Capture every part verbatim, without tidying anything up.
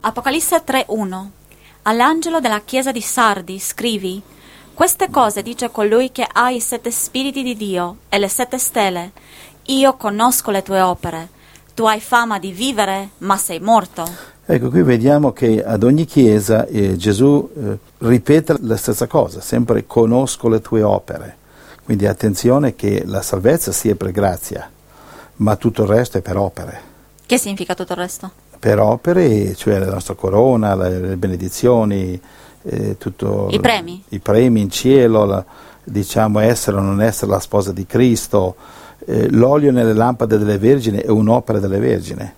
Apocalisse tre uno. All'angelo della chiesa di Sardi scrivi: queste cose dice colui che ha i sette spiriti di Dio e le sette stelle. Io conosco le tue opere. Tu hai fama di vivere, ma sei morto. Ecco, qui vediamo che ad ogni chiesa eh, Gesù eh, ripete la stessa cosa, sempre conosco le tue opere. Quindi attenzione che la salvezza sia per grazia, ma tutto il resto è per opere. Che significa tutto il resto? Per opere, cioè la nostra corona, le, le benedizioni, eh, tutto I premi. I premi in cielo, la, diciamo essere o non essere la sposa di Cristo, eh, l'olio nelle lampade delle vergini è un'opera delle vergini.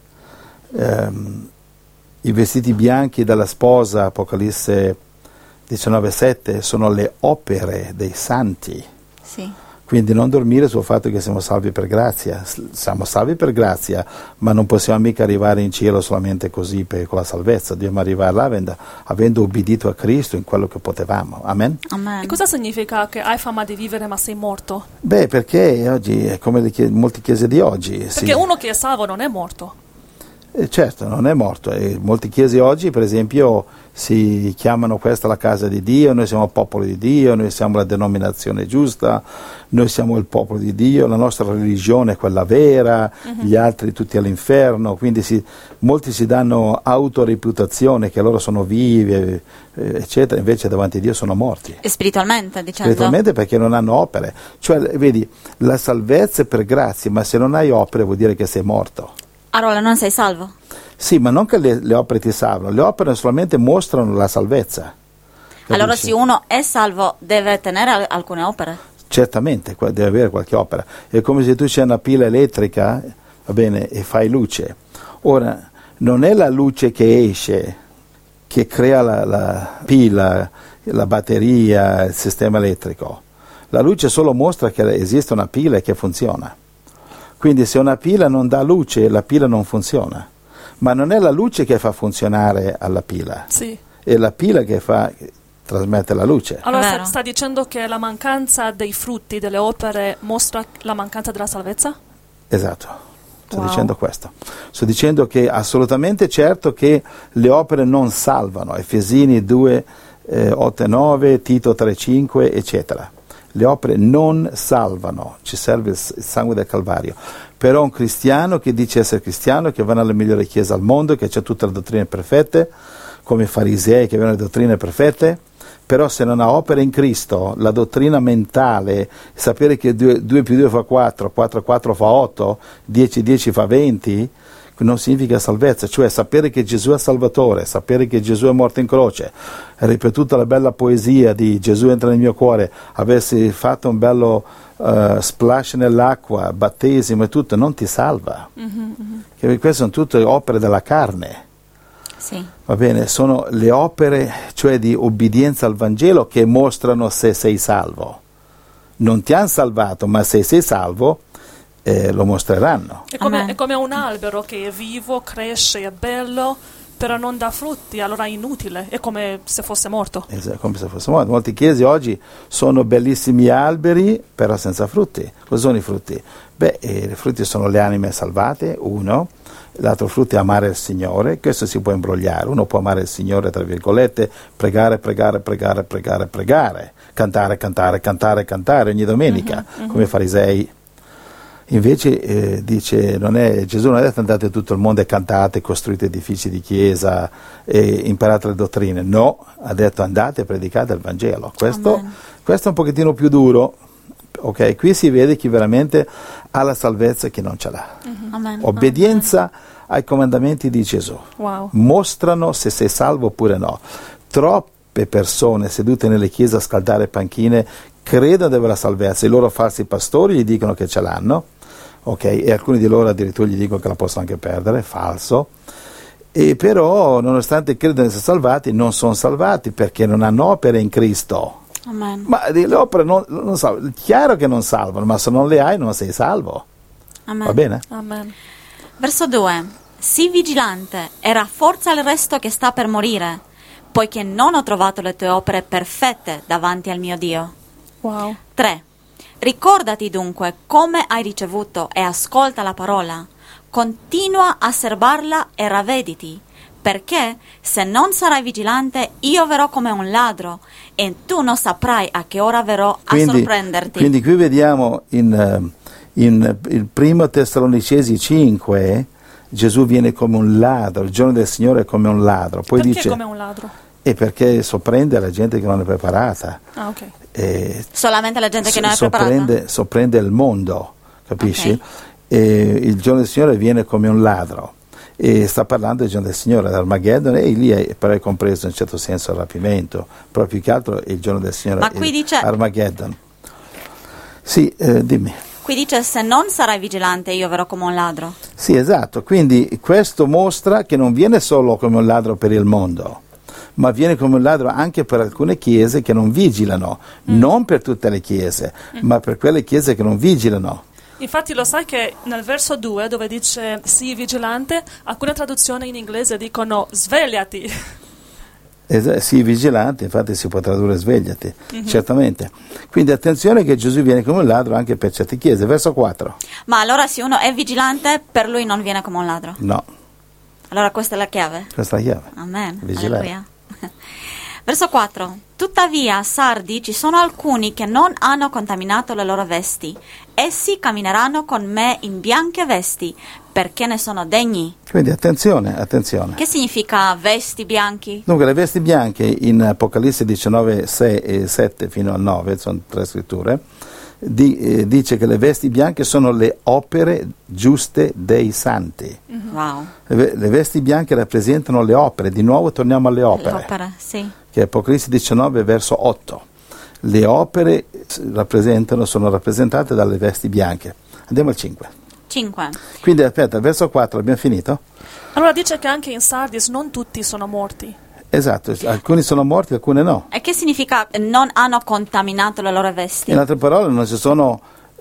Um, I vestiti bianchi della sposa, Apocalisse diciannove sette, sono le opere dei santi. Sì. Quindi non dormire sul fatto che siamo salvi per grazia. Siamo salvi per grazia, ma non possiamo mica arrivare in cielo solamente così per, con la salvezza. Dobbiamo arrivare là avendo, avendo ubbidito a Cristo in quello che potevamo. Amen? Amen. E cosa significa che hai fama di vivere ma sei morto? Beh, perché oggi è come le chiese, molte chiese di oggi. Perché sì. uno che è salvo non è morto. Eh, certo, non è morto. E molte chiese oggi, per esempio, si chiamano questa la casa di Dio, noi siamo il popolo di Dio, noi siamo la denominazione giusta, noi siamo il popolo di Dio, la nostra religione è quella vera, uh-huh. Gli altri tutti all'inferno, quindi si, molti si danno autoreputazione che loro sono vivi, eh, eccetera, invece davanti a Dio sono morti. E spiritualmente, diciamo. Spiritualmente perché non hanno opere. Cioè, vedi, la salvezza è per grazia, ma se non hai opere vuol dire che sei morto. Allora non sei salvo? Sì, ma non che le, le opere ti salvano, le opere solamente mostrano la salvezza. Capisci? Allora se uno è salvo deve tenere alcune opere? Certamente, deve avere qualche opera. È come se tu c'è una pila elettrica, va bene, e fai luce. Ora, non è la luce che esce, che crea la, la pila, la batteria, il sistema elettrico. La luce solo mostra che esiste una pila e che funziona. Quindi se una pila non dà luce, la pila non funziona. Ma non è la luce che fa funzionare alla pila, sì. È la pila che fa che trasmette la luce. Allora sta, sta dicendo che la mancanza dei frutti delle opere mostra la mancanza della salvezza? Esatto, sto wow. dicendo questo. Sto dicendo che assolutamente certo che le opere non salvano, Efesini due, eh, otto e nove, Tito tre cinque, eccetera. Le opere non salvano, ci serve il sangue del Calvario. Però un cristiano che dice essere cristiano, che va nella migliore chiesa al mondo, che ha tutte le dottrine perfette, come i farisei che avevano le dottrine perfette, però se non ha opere in Cristo, la dottrina mentale, sapere che due più due fa quattro, quattro più quattro fa otto, dieci più dieci fa venti, non significa salvezza, cioè sapere che Gesù è Salvatore, sapere che Gesù è morto in croce, ripetuta la bella poesia di Gesù entra nel mio cuore, avessi fatto un bello uh, splash nell'acqua, battesimo e tutto, non ti salva. Mm-hmm, mm-hmm. Che queste sono tutte opere della carne. Sì. Va bene, sono le opere, cioè di obbedienza al Vangelo, che mostrano se sei salvo. Non ti hanno salvato, ma se sei salvo, Eh, lo mostreranno. È come, è come un albero che è vivo, cresce, è bello, però non dà frutti, allora è inutile, è come se fosse morto. Esatto, come se fosse morto. Molte chiese oggi sono bellissimi alberi, però senza frutti. Cosa sono i frutti? Beh, eh, i frutti sono le anime salvate, uno. L'altro frutto è amare il Signore, questo si può imbrogliare. Uno può amare il Signore, tra virgolette, pregare, pregare, pregare, pregare, pregare, cantare, cantare, cantare, cantare ogni domenica, uh-huh, uh-huh. come i farisei. Invece eh, dice, non è, Gesù non ha detto andate in tutto il mondo e cantate, costruite edifici di chiesa e imparate le dottrine. No, ha detto andate e predicate il Vangelo. Questo, questo è un pochettino più duro. Ok, qui si vede chi veramente ha la salvezza e chi non ce l'ha. Uh-huh. Amen. Obbedienza Amen. ai comandamenti di Gesù. Wow. Mostrano se sei salvo oppure no. Troppe persone sedute nelle chiese a scaldare panchine credono di avere la salvezza, i loro falsi pastori gli dicono che ce l'hanno, ok, e alcuni di loro addirittura gli dicono che la possono anche perdere, falso, e però nonostante credono di essere salvati non sono salvati perché non hanno opere in Cristo. Amen. Ma le opere non, non salvano, è chiaro che non salvano, ma se non le hai non sei salvo. Amen. Va bene? Amen. Verso due. Sii vigilante e rafforza il resto che sta per morire, poiché non ho trovato le tue opere perfette davanti al mio Dio. Wow. tre. Ricordati dunque come hai ricevuto e ascolta la parola, continua a serbarla e ravvediti, Perché se non sarai vigilante, io verrò come un ladro e tu non saprai a che ora verrò a Quindi, sorprenderti. quindi qui vediamo in, in il primo Tessalonicesi cinque, Gesù viene come un ladro, il giorno del Signore è come un ladro. Poi Perché dice, come un ladro? E perché sorprende la gente che non è preparata. Ah, ok. E Solamente la gente che non è sorprende, preparata? sorprende il mondo, capisci? Ok. E il giorno del Signore viene come un ladro. E sta parlando del giorno del Signore, l'Armageddon, e lì è però è compreso in un certo senso il rapimento, proprio più che altro il giorno del Signore, Ma qui dice- Armageddon. Sì, eh, dimmi. Qui dice se non sarai vigilante io verrò come un ladro. Sì, esatto, quindi questo mostra che non viene solo come un ladro per il mondo, ma viene come un ladro anche per alcune chiese che non vigilano, mm. non per tutte le chiese, mm. ma per quelle chiese che non vigilano. Infatti lo sai che nel verso due, dove dice sii vigilante, alcune traduzioni in inglese dicono svegliati. Es- sii vigilante, infatti si può tradurre svegliati, Mm-hmm. certamente. Quindi attenzione che Gesù viene come un ladro anche per certe chiese. Verso quattro. Ma allora se uno è vigilante, per lui non viene come un ladro. No, Allora questa è la chiave. questa è la chiave. Amen. Vigilare. Alleluia. Verso quattro. Tuttavia, a Sardi ci sono alcuni che non hanno contaminato le loro vesti. Essi cammineranno con me in bianche vesti, perché ne sono degni. Quindi attenzione, attenzione. Che significa vesti bianchi? Dunque le vesti bianche in Apocalisse diciannove, sei e sette fino al nove, sono tre scritture, di, eh, dice che le vesti bianche sono le opere giuste dei santi. Mm-hmm. Wow. Le, ve- le vesti bianche rappresentano le opere, di nuovo torniamo alle opere, L'opera, sì. che è Apocalisse diciannove verso otto. Le opere rappresentano, sono rappresentate dalle vesti bianche. Andiamo al cinque. cinque. Quindi aspetta, verso quattro abbiamo finito? Allora dice che anche in Sardis non tutti sono morti. Esatto, alcuni sono morti, alcuni no. E che significa non hanno contaminato le loro vesti? In altre parole non ci sono,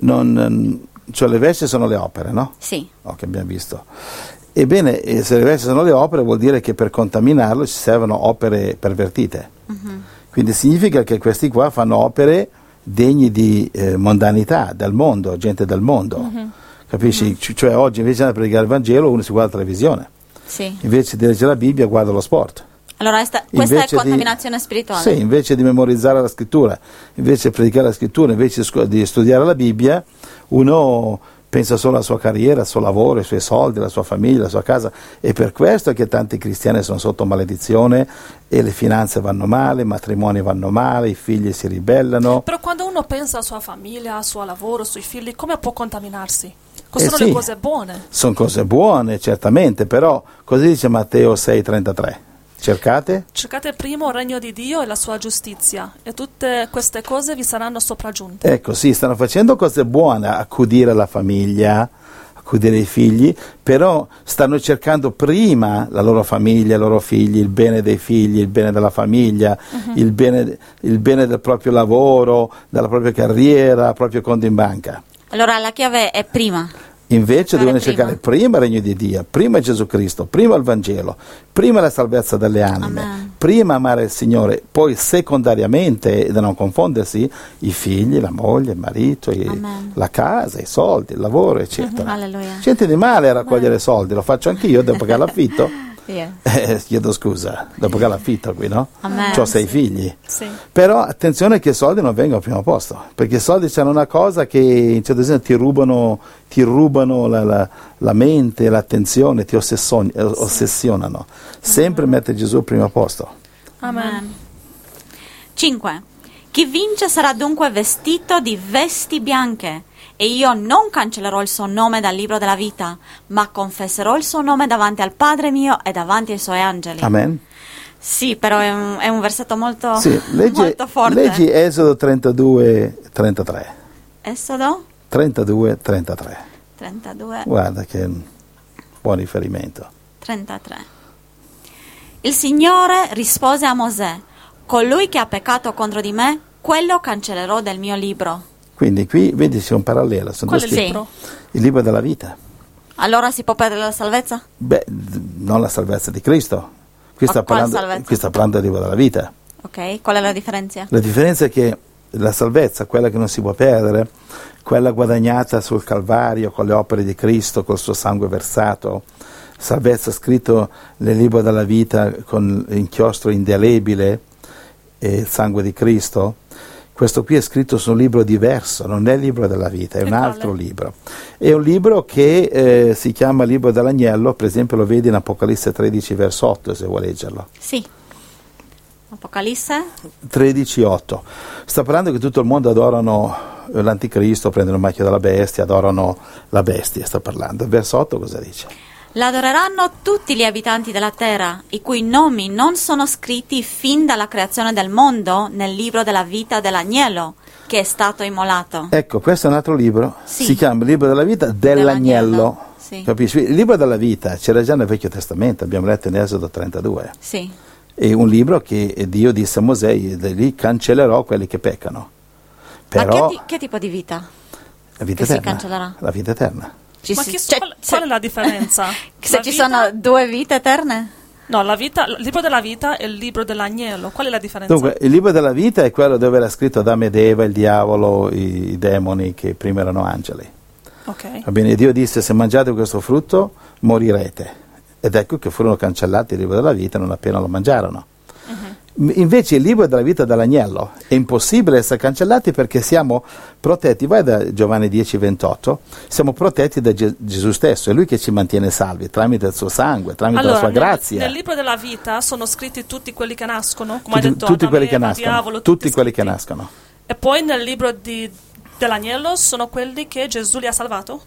non, cioè le vesti sono le opere, no? Sì. Ok, abbiamo visto. Ebbene, eh, se le vesti sono le opere vuol dire che per contaminarlo ci servono opere pervertite. Mm-hmm. Quindi significa che questi qua fanno opere degne di eh, mondanità, del mondo, gente del mondo. Mm-hmm. Capisci? Mm-hmm. C- cioè oggi invece di predicare il Vangelo uno si guarda la televisione, Sì. invece di leggere la Bibbia guarda lo sport. Allora questa, questa Invece è di- contaminazione spirituale. Sì, invece di memorizzare la scrittura, invece di predicare la scrittura, invece di, scu- di studiare la Bibbia, uno pensa solo alla sua carriera, al suo lavoro, ai suoi soldi, alla sua famiglia, alla sua casa. E per questo che tanti cristiani sono sotto maledizione e le finanze vanno male, i matrimoni vanno male, i figli si ribellano. Però quando uno pensa alla sua famiglia, al suo lavoro, ai suoi figli, come può contaminarsi? Eh Queste sono sì, le cose buone. sono cose buone, certamente, però cosa dice Matteo sei trentatré? Cercate? Cercate primo il regno di Dio e la sua giustizia, e tutte queste cose vi saranno sopraggiunte. Ecco, sì, stanno facendo cose buone, accudire la famiglia, accudire i figli, però stanno cercando prima la loro famiglia, i loro figli, il bene dei figli, il bene della famiglia, uh-huh. il, bene, il bene del proprio lavoro, della propria carriera, il proprio conto in banca. Allora la chiave è prima. Invece Fare devono prima. cercare prima il regno di Dio, prima Gesù Cristo, prima il Vangelo, prima la salvezza delle anime, Amen. prima amare il Signore, poi secondariamente, da non confondersi, i figli, la moglie, il marito, i- Amen. la casa, i soldi, il lavoro, eccetera. Alleluia. C'è di male a raccogliere soldi, lo faccio anch'io dopo che l'affitto. Yeah. Eh, chiedo scusa, dopo che l'affitto qui, no? Amen. C'ho sei figli. Sì. Però attenzione che i soldi non vengono al primo posto, perché i soldi hanno una cosa che in certo senso ti rubano, ti rubano la, la, la mente, l'attenzione, ti ossession- eh, ossessionano. Sempre mette Gesù al primo posto. Amen. cinque. Chi vince sarà dunque vestito di vesti bianche, e io non cancellerò il suo nome dal libro della vita, ma confesserò il suo nome davanti al Padre mio e davanti ai suoi angeli. Amen. Sì, però è un, è un versetto molto, Sì, leggi, molto forte. leggi Esodo trentadue trentatré. Esodo trentadue trentatré. trentadue Guarda che buon riferimento. trentatré. Il Signore rispose a Mosè: colui che ha peccato contro di me, quello cancellerò del mio libro. Quindi qui vedi c'è un parallelo. Sono Qual due è il scritti. libro? Il libro della vita. Allora si può perdere la salvezza? Beh, d- non la salvezza di Cristo. Qui sta, Ma quale parlando, salvezza? qui sta parlando del libro della vita. Ok, qual è la differenza? La differenza è che la salvezza, quella che non si può perdere, quella guadagnata sul Calvario con le opere di Cristo, col suo sangue versato, salvezza scritto nel libro della vita con inchiostro indelebile e il sangue di Cristo, questo qui è scritto su un libro diverso, non è il libro della vita, è e un quale? altro libro. È un libro che eh, si chiama Libro dell'Agnello, per esempio lo vedi in Apocalisse tredici verso otto, se vuoi leggerlo. Sì. Apocalisse? tredici otto. Sta parlando che tutto il mondo adorano l'anticristo, prendono il marchio della bestia, adorano la bestia, sta parlando. Verso otto cosa dice? L'adoreranno tutti gli abitanti della terra, i cui nomi non sono scritti fin dalla creazione del mondo nel libro della vita dell'agnello che è stato immolato. Ecco, questo è un altro libro, Sì. si chiama Libro della vita dell'agnello. Dell'agnello, sì. Capisci? Il libro della vita c'era già nel Vecchio Testamento, abbiamo letto in Esodo trentadue. Sì. È un libro che Dio disse a Mosè, da lì cancellerò quelli che peccano. Però Ma che, ti- che tipo di vita? la vita che si eterna, cancellerà? La vita eterna. Ci Ma si- chi- cioè, qual, se, qual è la differenza? se La ci vita- sono due vite eterne? No, la vita, il libro della vita e il libro dell'agnello. Qual è la differenza? Dunque, il libro della vita è quello dove era scritto Adamo ed Eva, il diavolo, i, i demoni che prima erano angeli. Ok. Va bene, Dio disse se mangiate questo frutto morirete. Ed ecco che furono cancellati il libro della vita non appena lo mangiarono. Invece il libro della vita dell'agnello è impossibile essere cancellati perché siamo protetti, vai da Giovanni dieci ventotto, siamo protetti da Ge- Gesù stesso, è Lui che ci mantiene salvi tramite il suo sangue, tramite Allora, la sua nel, grazia. nel libro della vita sono scritti tutti quelli che nascono, come tutti hai detto, tutti Adamo, quelli che Eva, nascono, diavolo, tutti quelli che scritti. nascono. E poi nel libro di, dell'agnello sono quelli che Gesù li ha salvato?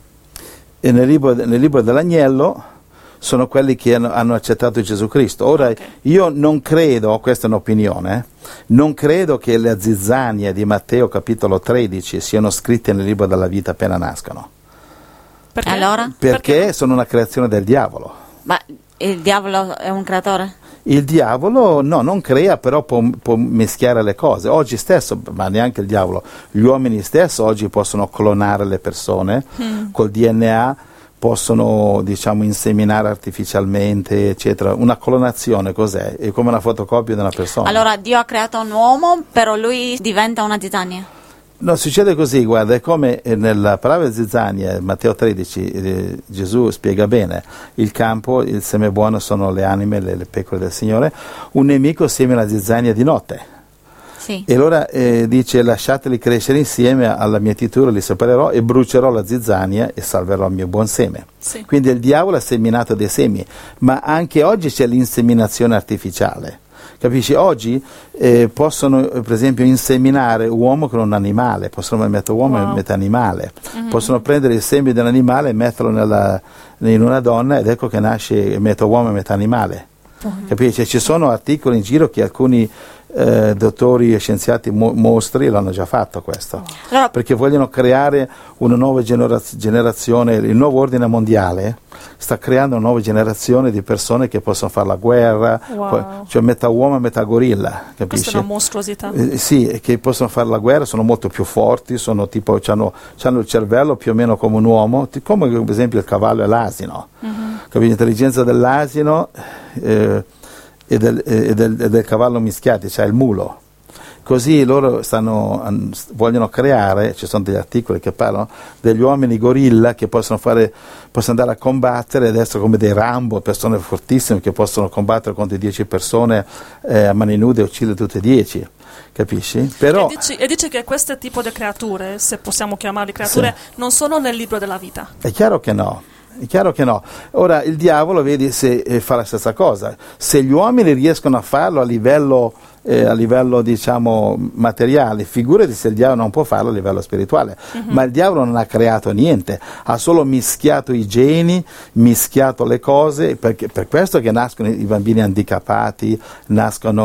E nel libro, nel libro dell'agnello sono quelli che hanno, hanno accettato Gesù Cristo. Ora, Ok. io non credo, questa è un'opinione, non credo che le zizzanie di Matteo capitolo tredici siano scritte nel libro della vita appena nascono, Perché? Allora? perché sono una creazione del diavolo. Ma il diavolo è un creatore? Il diavolo no, non crea, però può, può mischiare le cose. Oggi stesso, ma neanche il diavolo, gli uomini stesso oggi possono clonare le persone Mm. col D N A, possono diciamo inseminare artificialmente, eccetera. Una clonazione cos'è? È come una fotocopia di una persona. Allora Dio ha creato un uomo, però lui diventa una zizzania. No, succede così, guarda, è come nella parola zizzania, Matteo tredici, eh, Gesù spiega bene, il campo, il seme buono sono le anime, le, le pecore del Signore, un nemico semina la zizzania di notte. Sì. E allora eh, dice lasciateli crescere insieme, alla mietitura li separerò e brucerò la zizzania e salverò il mio buon seme. Sì. Quindi il diavolo ha seminato dei semi, ma anche oggi c'è l'inseminazione artificiale. Capisci? Oggi eh, possono eh, per esempio inseminare uomo con un animale, possono mettere uomo Wow. e mettere animale, possono prendere il seme dell'animale e metterlo nella, in una donna ed ecco che nasce metà uomo e metà animale. Capisci? Ci sono articoli in giro che alcuni eh, dottori e scienziati mo- mostri l'hanno già fatto questo, Allora, perché vogliono creare una nuova generaz- generazione, il nuovo ordine mondiale sta creando una nuova generazione di persone che possono fare la guerra, Wow. poi- cioè metà uomo e metà gorilla, Questa capisci? è una mostruosità. Eh, sì, e che possono fare la guerra, sono molto più forti, sono tipo, hanno il cervello più o meno come un uomo, ti- come per esempio il cavallo e l'asino. Capisci? L'intelligenza dell'asino eh, e, del, e, del, e del cavallo mischiati, cioè il mulo. Così loro stanno, an- vogliono creare, ci sono degli articoli che parlano, degli uomini gorilla che possono, fare, possono andare a combattere ed essere come dei Rambo, persone fortissime che possono combattere contro dieci persone eh, a mani nude e uccidere tutte e dieci. Capisci? Però, E, dici, e dici che questo tipo di creature, se possiamo chiamarli creature, non sono nel libro della vita. è chiaro che no. È chiaro che no. Ora il diavolo, vedi, se eh, fa la stessa cosa. Se gli uomini riescono a farlo a livello, eh, a livello diciamo materiale, figurati se il diavolo non può farlo a livello spirituale. Uh-huh. Ma il diavolo non ha creato niente, ha solo mischiato i geni, mischiato le cose, perché per questo che nascono i bambini handicapati, nascono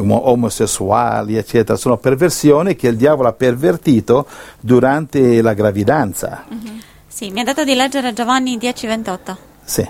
omosessuali, eccetera. Sono perversioni che il diavolo ha pervertito durante la gravidanza. uh-huh. Sì, mi ha detto di leggere Giovanni dieci ventotto. Sì.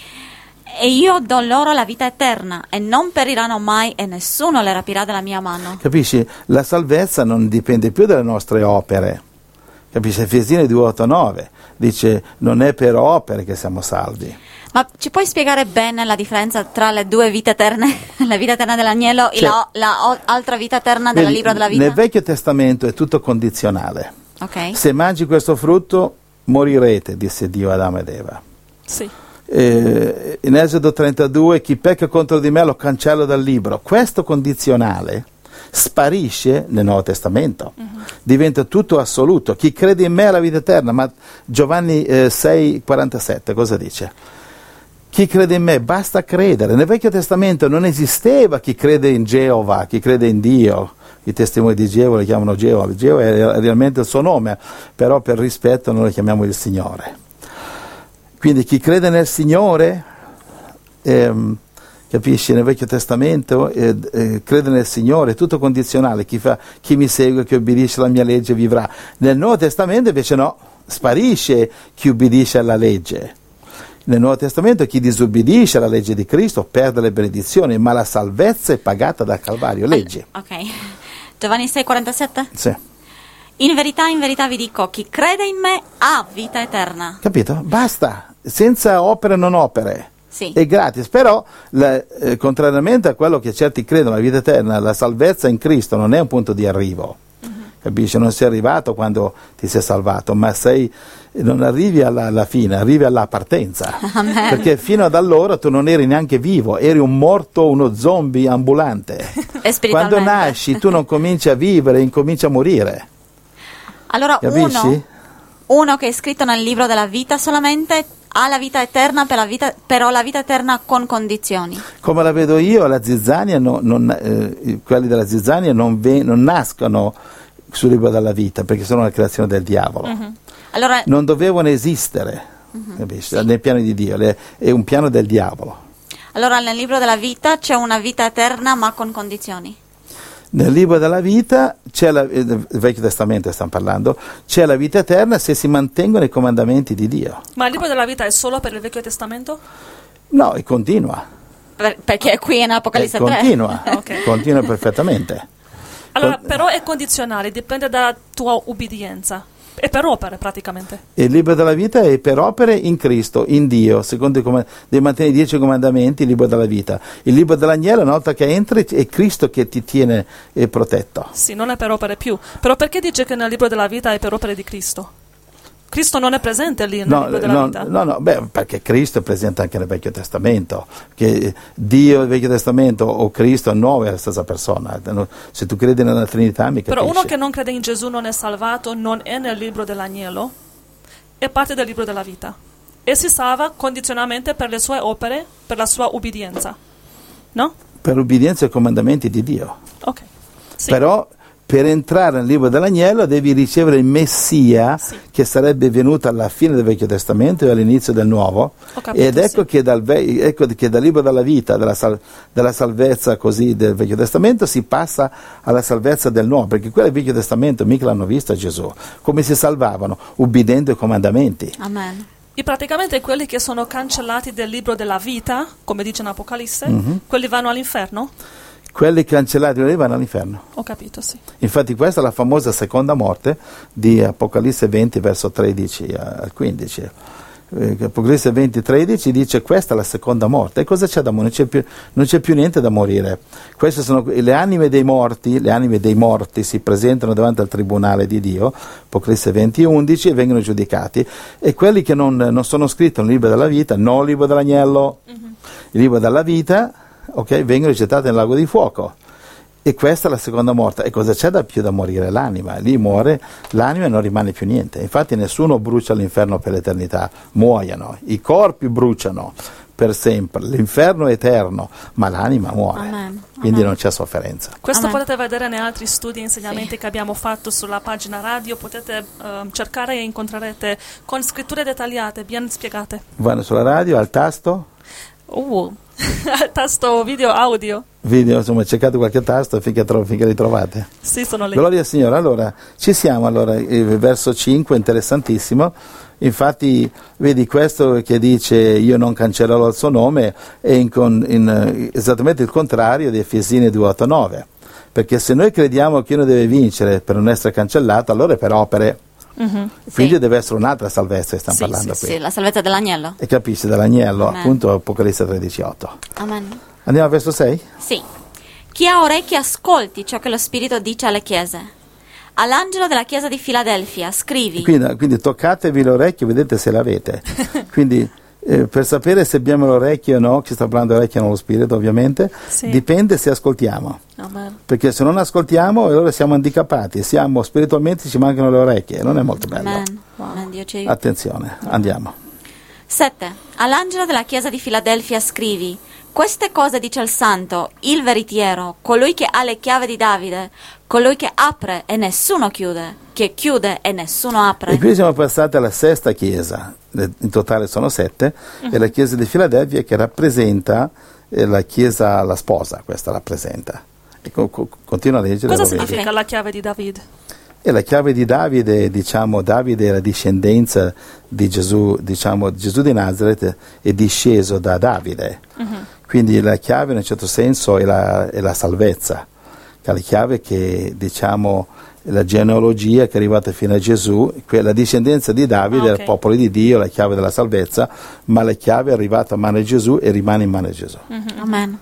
E io do loro la vita eterna e non periranno mai e nessuno le rapirà dalla mia mano. Capisci? La salvezza non dipende più dalle nostre opere. Capisci? Efesini due otto nove dice non è per opere che siamo salvi. Ma ci puoi spiegare bene la differenza tra le due vite eterne, la vita eterna dell'agnello e Cioè, la, la o- altra vita eterna del Nel, libro della vita? nel Vecchio Testamento è tutto condizionale. Ok. Se mangi questo frutto morirete, disse Dio ad Adamo ed Eva. Sì. Eh, in Esodo trentadue, chi pecca contro di me lo cancello dal libro. Questo condizionale sparisce nel Nuovo Testamento, uh-huh. diventa tutto assoluto. Chi crede in me ha la vita eterna. Ma Giovanni eh, sei quarantasette cosa dice? Chi crede in me basta credere. Nel Vecchio Testamento non esisteva chi crede in Geova, chi crede in Dio. I testimoni di Geova lo chiamano Geova. Geova è realmente il suo nome, però per rispetto noi lo chiamiamo il Signore. Quindi chi crede nel Signore, ehm, capisci, nel Vecchio Testamento, eh, eh, crede nel Signore, è tutto condizionale, chi, fa, chi mi segue, chi obbedisce alla mia legge vivrà. Nel Nuovo Testamento invece no, sparisce chi obbedisce alla legge. Nel Nuovo Testamento chi disobbedisce alla legge di Cristo perde le benedizioni, ma la salvezza è pagata dal Calvario, legge. Ok, Giovanni sei quarantasette? Sì. In verità, in verità vi dico, chi crede in me ha vita eterna. Capito? Basta, senza opere non opere. Sì. È gratis, però la, eh, contrariamente a quello che certi credono, la vita eterna, la salvezza in Cristo non è un punto di arrivo, uh-huh. capisci? Non sei arrivato quando ti sei salvato, ma sei, non arrivi alla, alla fine, arrivi alla partenza. Amen. Perché fino ad allora tu non eri neanche vivo, eri un morto, uno zombie ambulante. Quando nasci tu non cominci a vivere, incominci a morire. Allora uno, uno che è scritto nel libro della vita solamente ha la vita eterna, per la vita, però la vita eterna con condizioni. Come la vedo io, la zizzania, non, non, eh, quelli della zizzania non, ve, non nascono sul libro della vita, perché sono la creazione del diavolo. Uh-huh. Allora, non dovevano esistere, uh-huh. capisci? Sì. Nel piano di Dio, le, è un piano del diavolo. Allora nel libro della vita c'è una vita eterna ma con condizioni. Nel libro della vita, c'è la, il Vecchio Testamento stiamo parlando, c'è la vita eterna se si mantengono i comandamenti di Dio. Ma il libro della vita è solo per il Vecchio Testamento? No, e continua. Per, perché qui in Apocalisse tre. Continua, okay. continua perfettamente. Allora, Con, però è condizionale, dipende dalla tua ubbidienza. È per opere praticamente. Il libro della vita è per opere in Cristo, in Dio, secondo i comand- devi mantenere i dieci comandamenti, il libro della vita. Il libro dell'agnello, una volta che entri, è Cristo che ti tiene eh, protetto. Sì, non è per opere più. Però perché dice che nel libro della vita è per opere di Cristo? Cristo non è presente lì nel no, libro della no, vita? No, no, beh, perché Cristo è presente anche nel Vecchio Testamento. Che Dio nel Vecchio Testamento o Cristo è nuovo, è la stessa persona. Se tu credi nella Trinità mi capisci. Però uno che non crede in Gesù non è salvato, non è nel libro dell'agnello, è parte del libro della vita. E si salva condizionalmente per le sue opere, per la sua ubbidienza. No? Per ubbidienza ai comandamenti di Dio. Ok. Sì. Però per entrare nel libro dell'agnello devi ricevere il Messia, sì. che sarebbe venuto alla fine del Vecchio Testamento e all'inizio del Nuovo. Capito, ed ecco, sì. che dal ve- ecco che dal libro della vita, della, sal- della salvezza così del Vecchio Testamento si passa alla salvezza del Nuovo, perché quelli del Vecchio Testamento mica l'hanno visto Gesù. Come si salvavano? Ubbidendo i comandamenti. Amen. E praticamente quelli che sono cancellati del libro della vita, come dice in Apocalisse, mm-hmm. quelli vanno all'inferno? Quelli cancellati vanno all'inferno. Ho capito, sì. Infatti questa è la famosa seconda morte di Apocalisse venti verso tredici al quindici. Eh, Apocalisse venti tredici dice questa è la seconda morte. E cosa c'è da morire? Non c'è più, non c'è più niente da morire. Queste sono le anime dei morti, le anime dei morti si presentano davanti al tribunale di Dio, Apocalisse venti undici, e vengono giudicati. E quelli che non, non sono scritti nel libro della vita, non il libro dell'agnello, mm-hmm. il libro della vita, ok, vengono gettati nel lago di fuoco. E questa è la seconda morte. E cosa c'è da più da morire? L'anima. Lì muore l'anima e non rimane più niente. Infatti nessuno brucia all'inferno per l'eternità, muoiono, i corpi bruciano per sempre, l'inferno è eterno, ma l'anima muore. Amen. Quindi Amen. non c'è sofferenza. Questo Amen. potete vedere nei altri studi e insegnamenti sì. che abbiamo fatto sulla pagina radio, potete uh, cercare e incontrerete con scritture dettagliate, ben spiegate. Vanno sulla radio, al tasto? Uh. Al tasto video audio. Video, insomma, cercate qualche tasto finché, tro- finché li trovate. Sì, sono lì. Gloria al Signore. Allora, ci siamo, allora, eh, verso cinque, interessantissimo. Infatti, vedi, questo che dice io non cancellerò il suo nome è in con, in, esattamente il contrario di Efesini due, otto, nove. Perché se noi crediamo che uno deve vincere per non essere cancellato, allora è per opere. Mm-hmm, quindi sì. deve essere un'altra salvezza che stiamo sì, parlando sì, qui. sì, la salvezza dell'agnello. E capisci, dell'agnello, Amen. appunto, Apocalisse tredici, otto. Amen. Andiamo al verso sei? Sì. Chi ha orecchi ascolti ciò che lo Spirito dice alle chiese. All'angelo della chiesa di Filadelfia scrivi. Quindi, quindi toccatevi l'orecchio, vedete se l'avete. Quindi Eh, per sapere se abbiamo le orecchie o no, ci sta parlando orecchie nello spirito ovviamente, Sì. dipende se ascoltiamo. Amen. Perché se non ascoltiamo allora siamo handicappati, siamo spiritualmente, ci mancano le orecchie, non è molto bello. Amen. Amen. Dio ci aiuti. Attenzione, andiamo. sette. All'angelo della chiesa di Filadelfia scrivi: queste cose dice il santo, il veritiero, colui che ha le chiavi di Davide, colui che apre e nessuno chiude, che chiude e nessuno apre. E qui siamo passati alla sesta chiesa, in totale sono sette, uh-huh. e la chiesa di Filadelfia che rappresenta eh, la chiesa, la sposa, questa rappresenta. E co- co- continua a leggere. Cosa significa significa la chiave di David? E la chiave di Davide, diciamo, Davide è la discendenza di Gesù, diciamo, Gesù di Nazareth è disceso da Davide. Uh-huh. Quindi la chiave in un certo senso è la, è la salvezza, che è la chiave che, diciamo, è la genealogia che è arrivata fino a Gesù, la discendenza di Davide, ah, okay. il popolo di Dio, la chiave della salvezza, ma la chiave è arrivata a mano di Gesù e rimane in mano di Gesù. Uh-huh. Amen.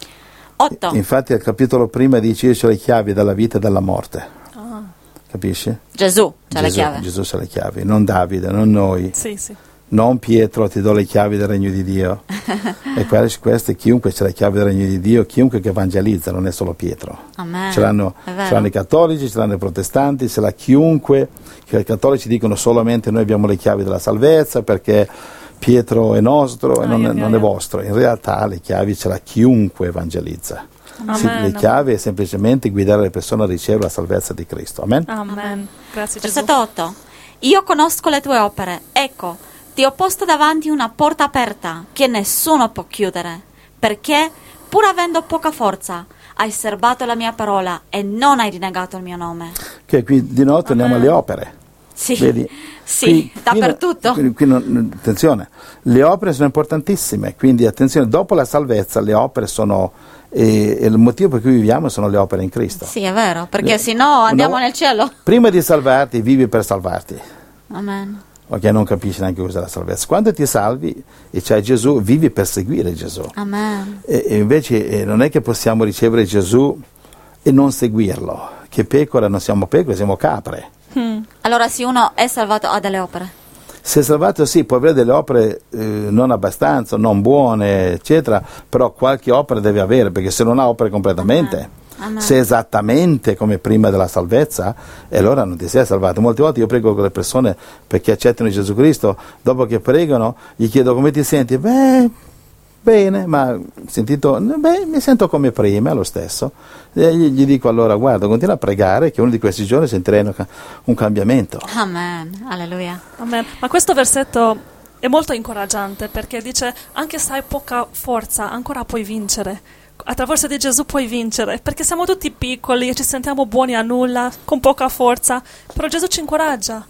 otto. Infatti al capitolo prima dice: io ho le chiavi della vita e della morte. Capisci? Gesù c'ha Gesù, le chiavi. Gesù c'ha le chiavi, non Davide, non noi. Sì, sì. Non Pietro, ti do le chiavi del regno di Dio. E questo è chiunque c'ha le chiavi del regno di Dio, chiunque che evangelizza, non è solo Pietro. Amen. Ce l'hanno, ce l'hanno i cattolici, ce l'hanno i protestanti, ce l'ha chiunque, che i cattolici dicono solamente noi abbiamo le chiavi della salvezza perché Pietro è nostro e non, ah, non è vostro. In realtà le chiavi ce l'ha chiunque evangelizza. Sì, le chiavi è semplicemente guidare le persone a ricevere la salvezza di Cristo. Amen. Amen. Amen. Grazie Gesù. Versetto otto. Io conosco le tue opere, ecco, ti ho posto davanti una porta aperta che nessuno può chiudere, perché pur avendo poca forza hai serbato la mia parola e non hai rinnegato il mio nome. Che qui di nuovo torniamo alle opere. Sì, Vedi? sì, qui, dappertutto. Qui, qui non, attenzione, le opere sono importantissime, quindi attenzione, dopo la salvezza le opere sono, e, e il motivo per cui viviamo sono le opere in Cristo. Sì, è vero, perché se no andiamo no, nel cielo. Prima di salvarti, vivi per salvarti. Amen. Ok, non capisci neanche cos'è la salvezza. Quando ti salvi e c'hai Gesù, vivi per seguire Gesù. Amen. E, e invece eh, non è che possiamo ricevere Gesù e non seguirlo, che pecora non siamo pecore, siamo capre. Hmm. Allora se uno è salvato ha delle opere. Se è salvato sì, può avere delle opere eh, non abbastanza, non buone, eccetera, però qualche opera deve avere, perché se non ha opere completamente, Amen. Amen. se è esattamente come prima della salvezza, e allora non ti sei salvato. Molte volte io prego con le persone perché accettano Gesù Cristo, dopo che pregano gli chiedo come ti senti, beh, bene, ma sentito, beh, mi sento come prima, lo stesso. E gli, gli dico allora, guarda, continua a pregare che uno di questi giorni sentirai un cambiamento. Amen, alleluia. Amen. Ma questo versetto è molto incoraggiante perché dice, anche se hai poca forza, ancora puoi vincere. Attraverso di Gesù puoi vincere, perché siamo tutti piccoli e ci sentiamo buoni a nulla, con poca forza, però Gesù ci incoraggia.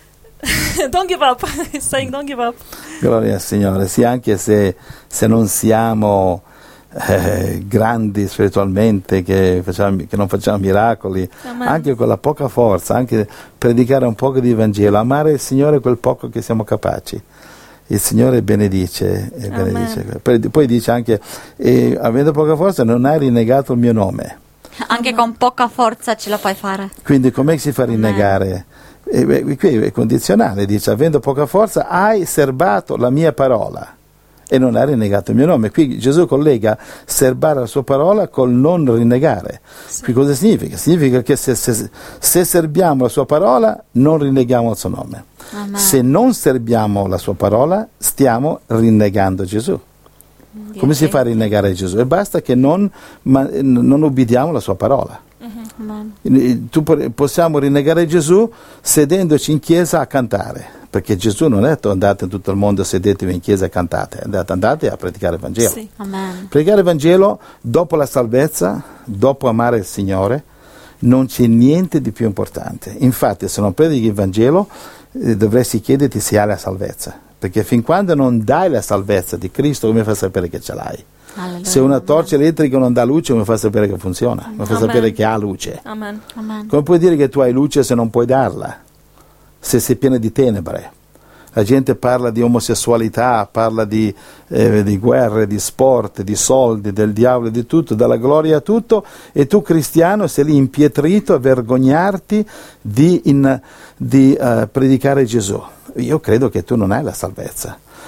Don't give up, he's saying don't give up. Gloria al Signore, sì, anche se, se non siamo eh, grandi spiritualmente, che, facciamo, che non facciamo miracoli, Amen. Anche con la poca forza, anche predicare un poco di Vangelo, amare il Signore quel poco che siamo capaci. Il Signore benedice, e benedice. Poi, poi dice anche, eh, avendo poca forza non hai rinnegato il mio nome. Anche Amen. Con poca forza ce la puoi fare. Quindi com'è che si fa a rinnegare? E, beh, qui è condizionale, dice, avendo poca forza hai serbato la mia parola e non hai rinnegato il mio nome. Qui Gesù collega serbare la sua parola col non rinnegare. Sì. Qui cosa significa? Significa che se, se, se serbiamo la sua parola non rinneghiamo il suo nome. Amen. Se non serbiamo la sua parola stiamo rinnegando Gesù. Dio Come si fa a rinnegare Gesù? E basta che non, ma, non ubbidiamo la sua parola. Uh-huh. Tu, possiamo rinnegare Gesù sedendoci in chiesa a cantare, perché Gesù non è detto andate in tutto il mondo, sedetevi in chiesa e cantate, andate, andate a predicare il Vangelo. Sì. Amen. Predicare il Vangelo dopo la salvezza, dopo amare il Signore, non c'è niente di più importante. Infatti se non predichi il Vangelo eh, dovresti chiederti se hai la salvezza, perché fin quando non dai la salvezza di Cristo come fai a sapere che ce l'hai? Alleluia. Se una torcia elettrica non dà luce, come fa a sapere che funziona? Come fa a sapere che ha luce? Amen. Amen. Come puoi dire che tu hai luce se non puoi darla? Se sei piena di tenebre? La gente parla di omosessualità, parla di, eh, di guerre, di sport, di soldi, del diavolo, di tutto, dalla gloria a tutto, e tu cristiano sei lì impietrito a vergognarti di, in, di uh, predicare Gesù. Io credo che tu non hai la salvezza.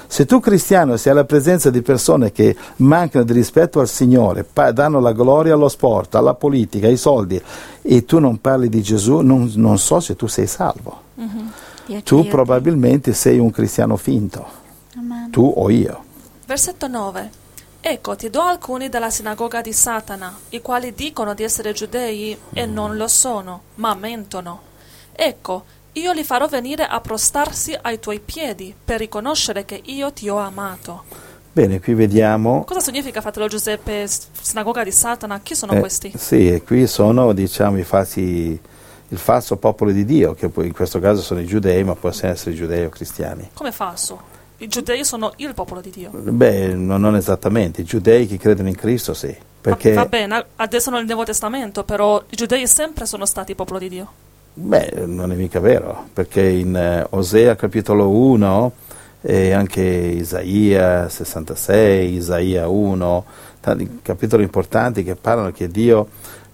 Se tu cristiano sei alla presenza di persone che mancano di rispetto al Signore, pa- danno la gloria allo sport, alla politica, ai soldi, e tu non parli di Gesù, non, non so se tu sei salvo. Mm-hmm. Tu probabilmente sei un cristiano finto. Amen. Tu o io. Versetto nove. Ecco, ti do alcuni della sinagoga di Satana, i quali dicono di essere giudei e non lo sono, ma mentono. Ecco, io li farò venire a prostrarsi ai tuoi piedi per riconoscere che io ti ho amato. Bene, qui vediamo... Cosa significa, fratello Giuseppe, sinagoga di Satana? Chi sono eh, questi? Sì, qui sono, diciamo, i falsi, il falso popolo di Dio, che poi in questo caso sono i giudei, ma possono essere giudei o cristiani. Come falso? I giudei sono il popolo di Dio. Beh, no, non esattamente. I giudei che credono in Cristo, sì. Perché... Va, va bene, adesso nel Nuovo Testamento, però i giudei sempre sono stati il popolo di Dio. Beh, non è mica vero, perché in eh, Osea capitolo uno e anche Isaia sessantasei, Isaia uno, tanti capitoli importanti che parlano che Dio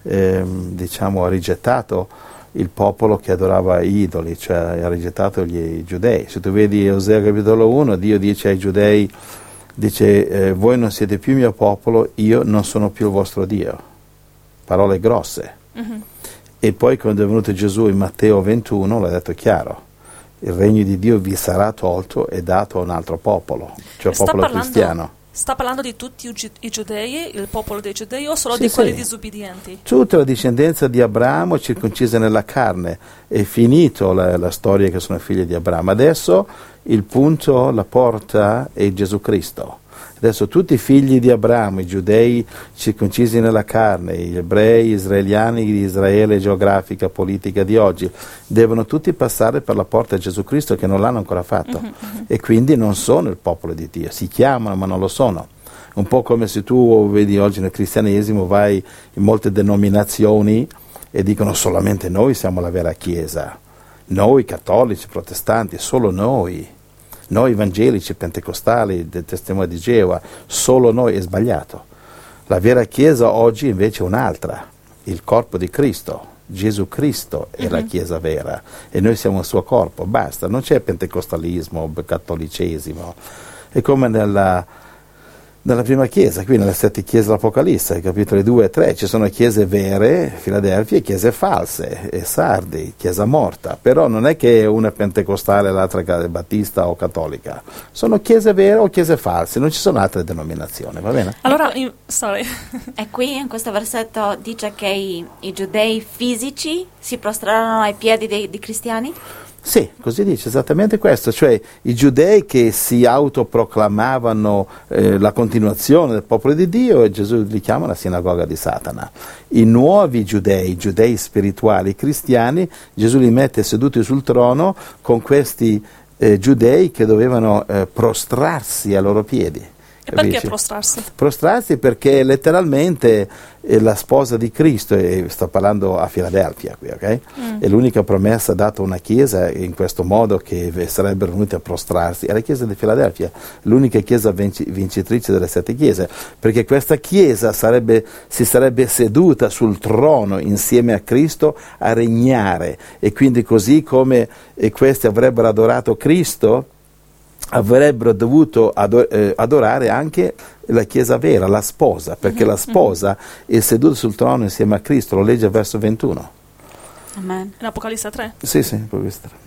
ehm, diciamo, ha rigettato il popolo che adorava idoli, cioè ha rigettato gli, i giudei. Se tu vedi Osea capitolo uno, Dio dice ai giudei, dice eh, voi non siete più mio popolo, io non sono più il vostro Dio. Parole grosse. Mm-hmm. E poi quando è venuto Gesù in Matteo ventuno l'ha detto chiaro, il regno di Dio vi sarà tolto e dato a un altro popolo, cioè il popolo parlando, cristiano. Sta parlando di tutti i, gi- i giudei, il popolo dei giudei, o solo Sì, di quelli sì. disubbidienti? Tutta la discendenza di Abramo circoncisa nella carne, è finito la, la storia che sono figli di Abramo. Adesso il punto, la porta è Gesù Cristo. Adesso tutti i figli di Abramo, i giudei circoncisi nella carne, gli ebrei, gli israeliani di Israele geografica, politica di oggi, devono tutti passare per la porta di Gesù Cristo che non l'hanno ancora fatto. Mm-hmm, mm-hmm. E quindi non sono il popolo di Dio, si chiamano ma non lo sono. Un po' come se tu vedi oggi nel cristianesimo, vai in molte denominazioni e dicono solamente noi siamo la vera Chiesa, noi cattolici, protestanti, solo noi. Noi evangelici, pentecostali, del testimone di Geova, solo noi, è sbagliato. La vera Chiesa oggi invece è un'altra, il corpo di Cristo. Gesù Cristo è mm-hmm. la Chiesa vera e noi siamo il suo corpo, basta, non c'è pentecostalismo, cattolicesimo. È come nella, nella prima Chiesa, qui nelle sette Chiese dell'Apocalisse, capitoli due e tre, ci sono chiese vere, Filadelfia, e chiese false, e Sardi, Chiesa morta, però non è che una è pentecostale e l'altra è battista o cattolica, sono chiese vere o chiese false, non ci sono altre denominazioni, va bene? Allora, in, sorry. E qui in questo versetto dice che i, i giudei fisici si prostrarono ai piedi dei, dei cristiani? Sì, così dice esattamente questo, cioè i giudei che si autoproclamavano eh, la continuazione del popolo di Dio, e Gesù li chiama la sinagoga di Satana. I nuovi giudei, i giudei spirituali cristiani, Gesù li mette seduti sul trono con questi eh, giudei che dovevano eh, prostrarsi ai loro piedi. E perché Capisci? prostrarsi? Prostrarsi perché letteralmente è la sposa di Cristo, e sto parlando a Filadelfia qui, ok? Mm. È l'unica promessa data a una chiesa in questo modo che sarebbero venuti a prostrarsi, è la chiesa di Filadelfia, l'unica chiesa vinci- vincitrice delle sette chiese, perché questa chiesa sarebbe, si sarebbe seduta sul trono insieme a Cristo a regnare, e quindi così come e questi avrebbero adorato Cristo, avrebbero dovuto ador- eh, adorare anche la Chiesa vera, la sposa, perché mm-hmm. la sposa è seduta sul trono insieme a Cristo, lo legge al verso ventuno. Amen. In Apocalisse tre? Sì, sì, Apocalisse tre.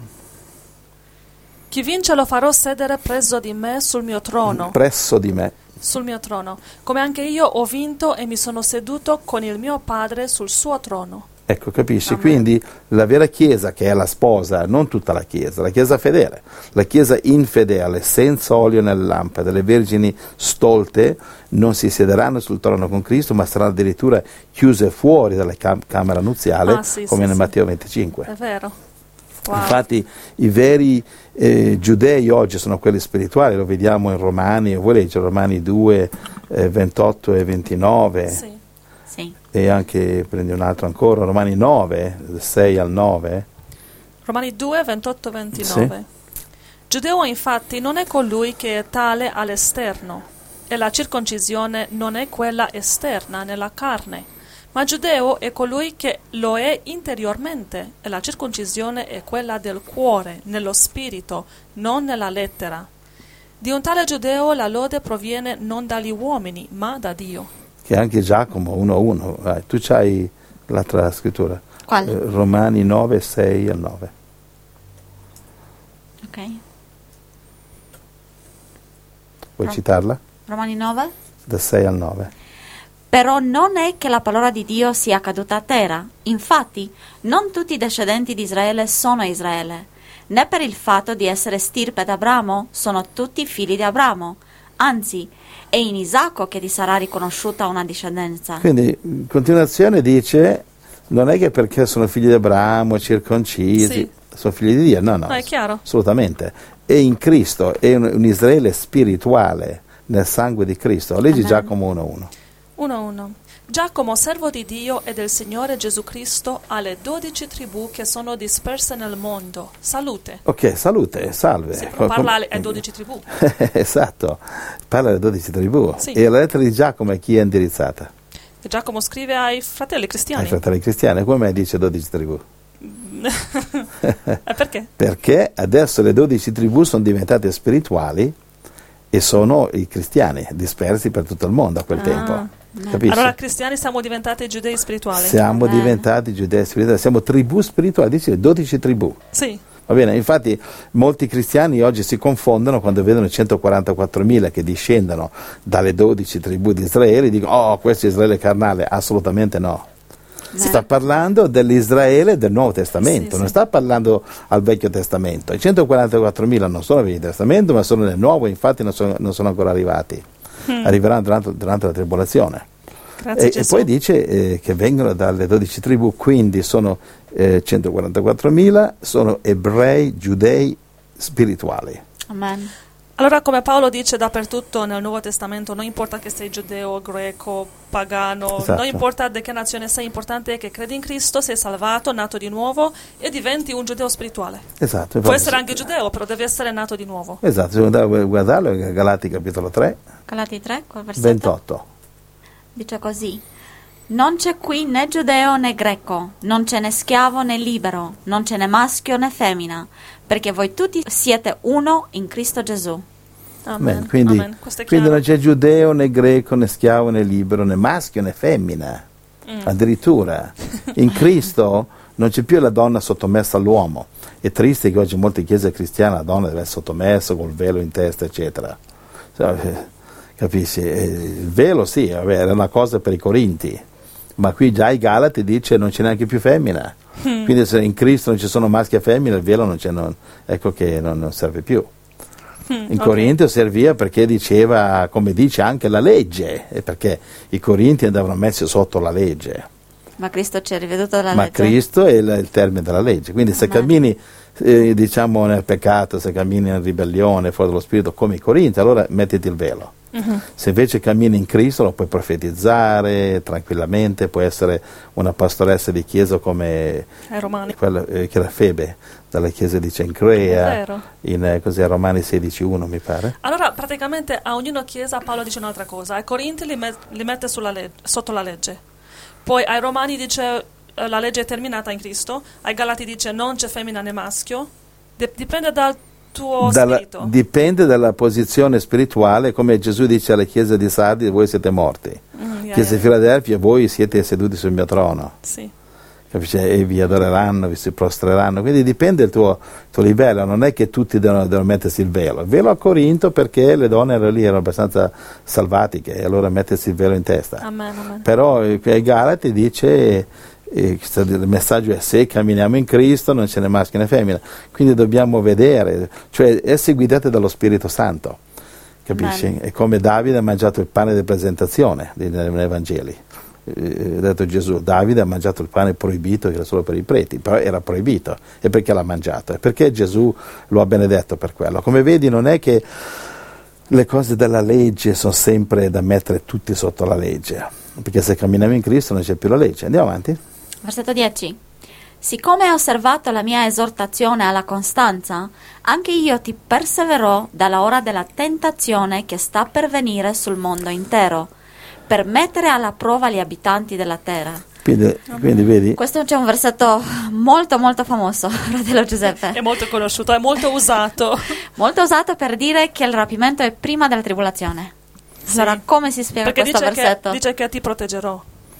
Chi vince lo farò sedere presso di me sul mio trono. Presso di me. Sul mio trono, come anche io ho vinto e mi sono seduto con il mio Padre sul suo trono. Ecco, capisci? Amen. Quindi la vera Chiesa, che è la sposa, non tutta la Chiesa, la Chiesa fedele, la Chiesa infedele, senza olio nelle lampade, le vergini stolte, non si siederanno sul trono con Cristo, ma saranno addirittura chiuse fuori dalla cam- camera nuziale, ah, sì, come sì, nel sì. Matteo venticinque. È vero. Wow. Infatti i veri eh, giudei oggi sono quelli spirituali, lo vediamo in Romani, vuoi leggere Romani due, eh, ventotto e ventinove? Sì. Sì. E anche, prendi un altro ancora, Romani nove, sei al nove. Romani due, ventotto e ventinove. Sì. Giudeo infatti non è colui che è tale all'esterno, e la circoncisione non è quella esterna nella carne, ma giudeo è colui che lo è interiormente, e la circoncisione è quella del cuore, nello spirito, non nella lettera. Di un tale giudeo la lode proviene non dagli uomini, ma da Dio. Che anche Giacomo uno uno, vai, tu c'hai l'altra scrittura. Quale? Eh, Romani nove, sei al nove. Ok. Vuoi Rom- citarla? Romani nove. Da sei al nove. Però non è che la parola di Dio sia caduta a terra. Infatti, non tutti i discendenti di Israele sono Israele, né per il fatto di essere stirpe d'Abramo sono tutti figli di Abramo. Anzi, è in Isacco che ti sarà riconosciuta una discendenza. Quindi, in continuazione dice, non è che perché sono figli di Abramo, circoncisi, Sì. sono figli di Dio, no, no, No, è chiaro. assolutamente. E in Cristo, è un, un Israele spirituale nel sangue di Cristo. Leggi Amen. Giacomo uno uno. uno uno. Giacomo, servo di Dio e del Signore Gesù Cristo, alle dodici tribù che sono disperse nel mondo. Salute. Ok, salute, salve. Sì, Co- però parla com- alle alle dodici tribù. Esatto, parla delle dodici tribù. Sì. E la lettera di Giacomo a chi è indirizzata? Che Giacomo scrive ai fratelli cristiani. Ai fratelli cristiani. Come mai dice dodici tribù? E perché? Perché adesso le dodici tribù sono diventate spirituali e sono i cristiani dispersi per tutto il mondo a quel Ah. tempo. Capisci? Allora, cristiani siamo diventati giudei spirituali. Siamo Amen. diventati giudei spirituali, siamo tribù spirituali, dice dodici tribù. Sì. Va bene, infatti molti cristiani oggi si confondono quando vedono i centoquarantaquattromila che discendono dalle dodici tribù di Israele e dicono, oh, questo è Israele carnale. Assolutamente no. Si sta parlando dell'Israele del Nuovo Testamento, Sì, non sì. sta parlando al Vecchio Testamento. I centoquarantaquattromila non sono nel Vecchio Testamento, ma sono nel Nuovo, infatti non sono, non sono ancora arrivati. Mm. Arriveranno durante, durante la tribolazione. Grazie E, e Gesù. poi dice eh, che vengono dalle dodici tribù, quindi sono eh, centoquarantaquattromila, sono ebrei, giudei spirituali. Amen. Allora, come Paolo dice dappertutto nel Nuovo Testamento, non importa che sei giudeo, greco, pagano, Esatto. non importa di che nazione sei, importante è che credi in Cristo, sei salvato, nato di nuovo e diventi un giudeo spirituale. Esatto. Può infatti- essere anche giudeo, però deve essere nato di nuovo. Esatto, se andate a guardarlo, Galati capitolo tre, Galati tre, quel versetto. ventotto. Dice così: non c'è qui né giudeo né greco, non c'è né schiavo né libero, non c'è né maschio né femmina, perché voi tutti siete uno in Cristo Gesù. Amen. Bene, quindi, Amen. Questo è quindi chiaro. non c'è giudeo né greco né schiavo né libero né maschio né femmina. Mm. Addirittura in Cristo non c'è più la donna sottomessa all'uomo. È triste che oggi in molte chiese cristiane la donna deve essere sottomessa col velo in testa, eccetera. Cioè, eh, capisci? Eh, Il velo sì, vabbè, era una cosa per i Corinti, ma qui già i Galati dice non c'è neanche più femmina. Mm. Quindi se in Cristo non ci sono maschi e femmine, il velo non c'è, non- ecco che non, non serve più. Mm, In ok. Corinto serviva perché diceva, come dice anche la legge, e perché i Corinti andavano messi sotto la legge, Ma Cristo ci ha riveduto dalla ma legge. Cristo è il, il termine della legge. Quindi se Amen. cammini eh, diciamo nel peccato, se cammini in ribellione, fuori dallo spirito come i Corinti, allora mettiti il velo. Mhm. Se invece cammini in Cristo lo puoi profetizzare tranquillamente, puoi essere una pastoressa di chiesa come Ai Romani. quella eh, che era Febe dalla chiesa di È Cencrea, vero. in eh, cos'è, Romani sedici uno mi pare. Allora, praticamente a ognuno chiesa Paolo dice un'altra cosa. Ai Corinti li, met- li mette sulla leg- sotto la legge. Poi ai Romani dice eh, la legge è terminata in Cristo. Ai Galati dice non c'è femmina né maschio. Di- dipende dal tuo Dalla- spirito. dipende dalla posizione spirituale, come Gesù dice alla chiesa di Sardi, voi siete morti. Mm, yeah, Chiesa di yeah. Filadelfia, voi siete seduti sul mio trono. Sì. Capisci? E vi adoreranno, vi si prostreranno. Quindi dipende dal tuo, tuo livello, non è che tutti devono, devono mettersi il velo. Il velo a Corinto perché le donne erano lì, erano abbastanza salvatiche, e allora mettersi il velo in testa. Amen, amen. Però eh, qui ai Galati dice, eh, il messaggio è se camminiamo in Cristo non ce n'è maschio né femmina, quindi dobbiamo vedere, cioè essere guidati dallo Spirito Santo, capisci? Bene. È come Davide ha mangiato il pane di presentazione nei, nei Vangeli. Eh, ha detto Gesù, Davide ha mangiato il pane proibito che era solo per i preti, però era proibito. E perché l'ha mangiato? E perché Gesù lo ha benedetto per quello. Come vedi, non è che le cose della legge sono sempre da mettere tutti sotto la legge, perché se camminiamo in Cristo non c'è più la legge. Andiamo avanti. Versetto dieci. Siccome hai osservato la mia esortazione alla costanza, anche io ti perseverò dalla ora della tentazione che sta per venire sul mondo intero, per mettere alla prova gli abitanti della terra. Quindi, quindi vedi? Questo c'è un versetto molto molto famoso, fratello Giuseppe. È molto conosciuto, è molto usato. Molto usato per dire che il rapimento è prima della tribolazione. Sì. Allora, come si spiega Perché questo dice versetto? che, dice che ti proteggerò.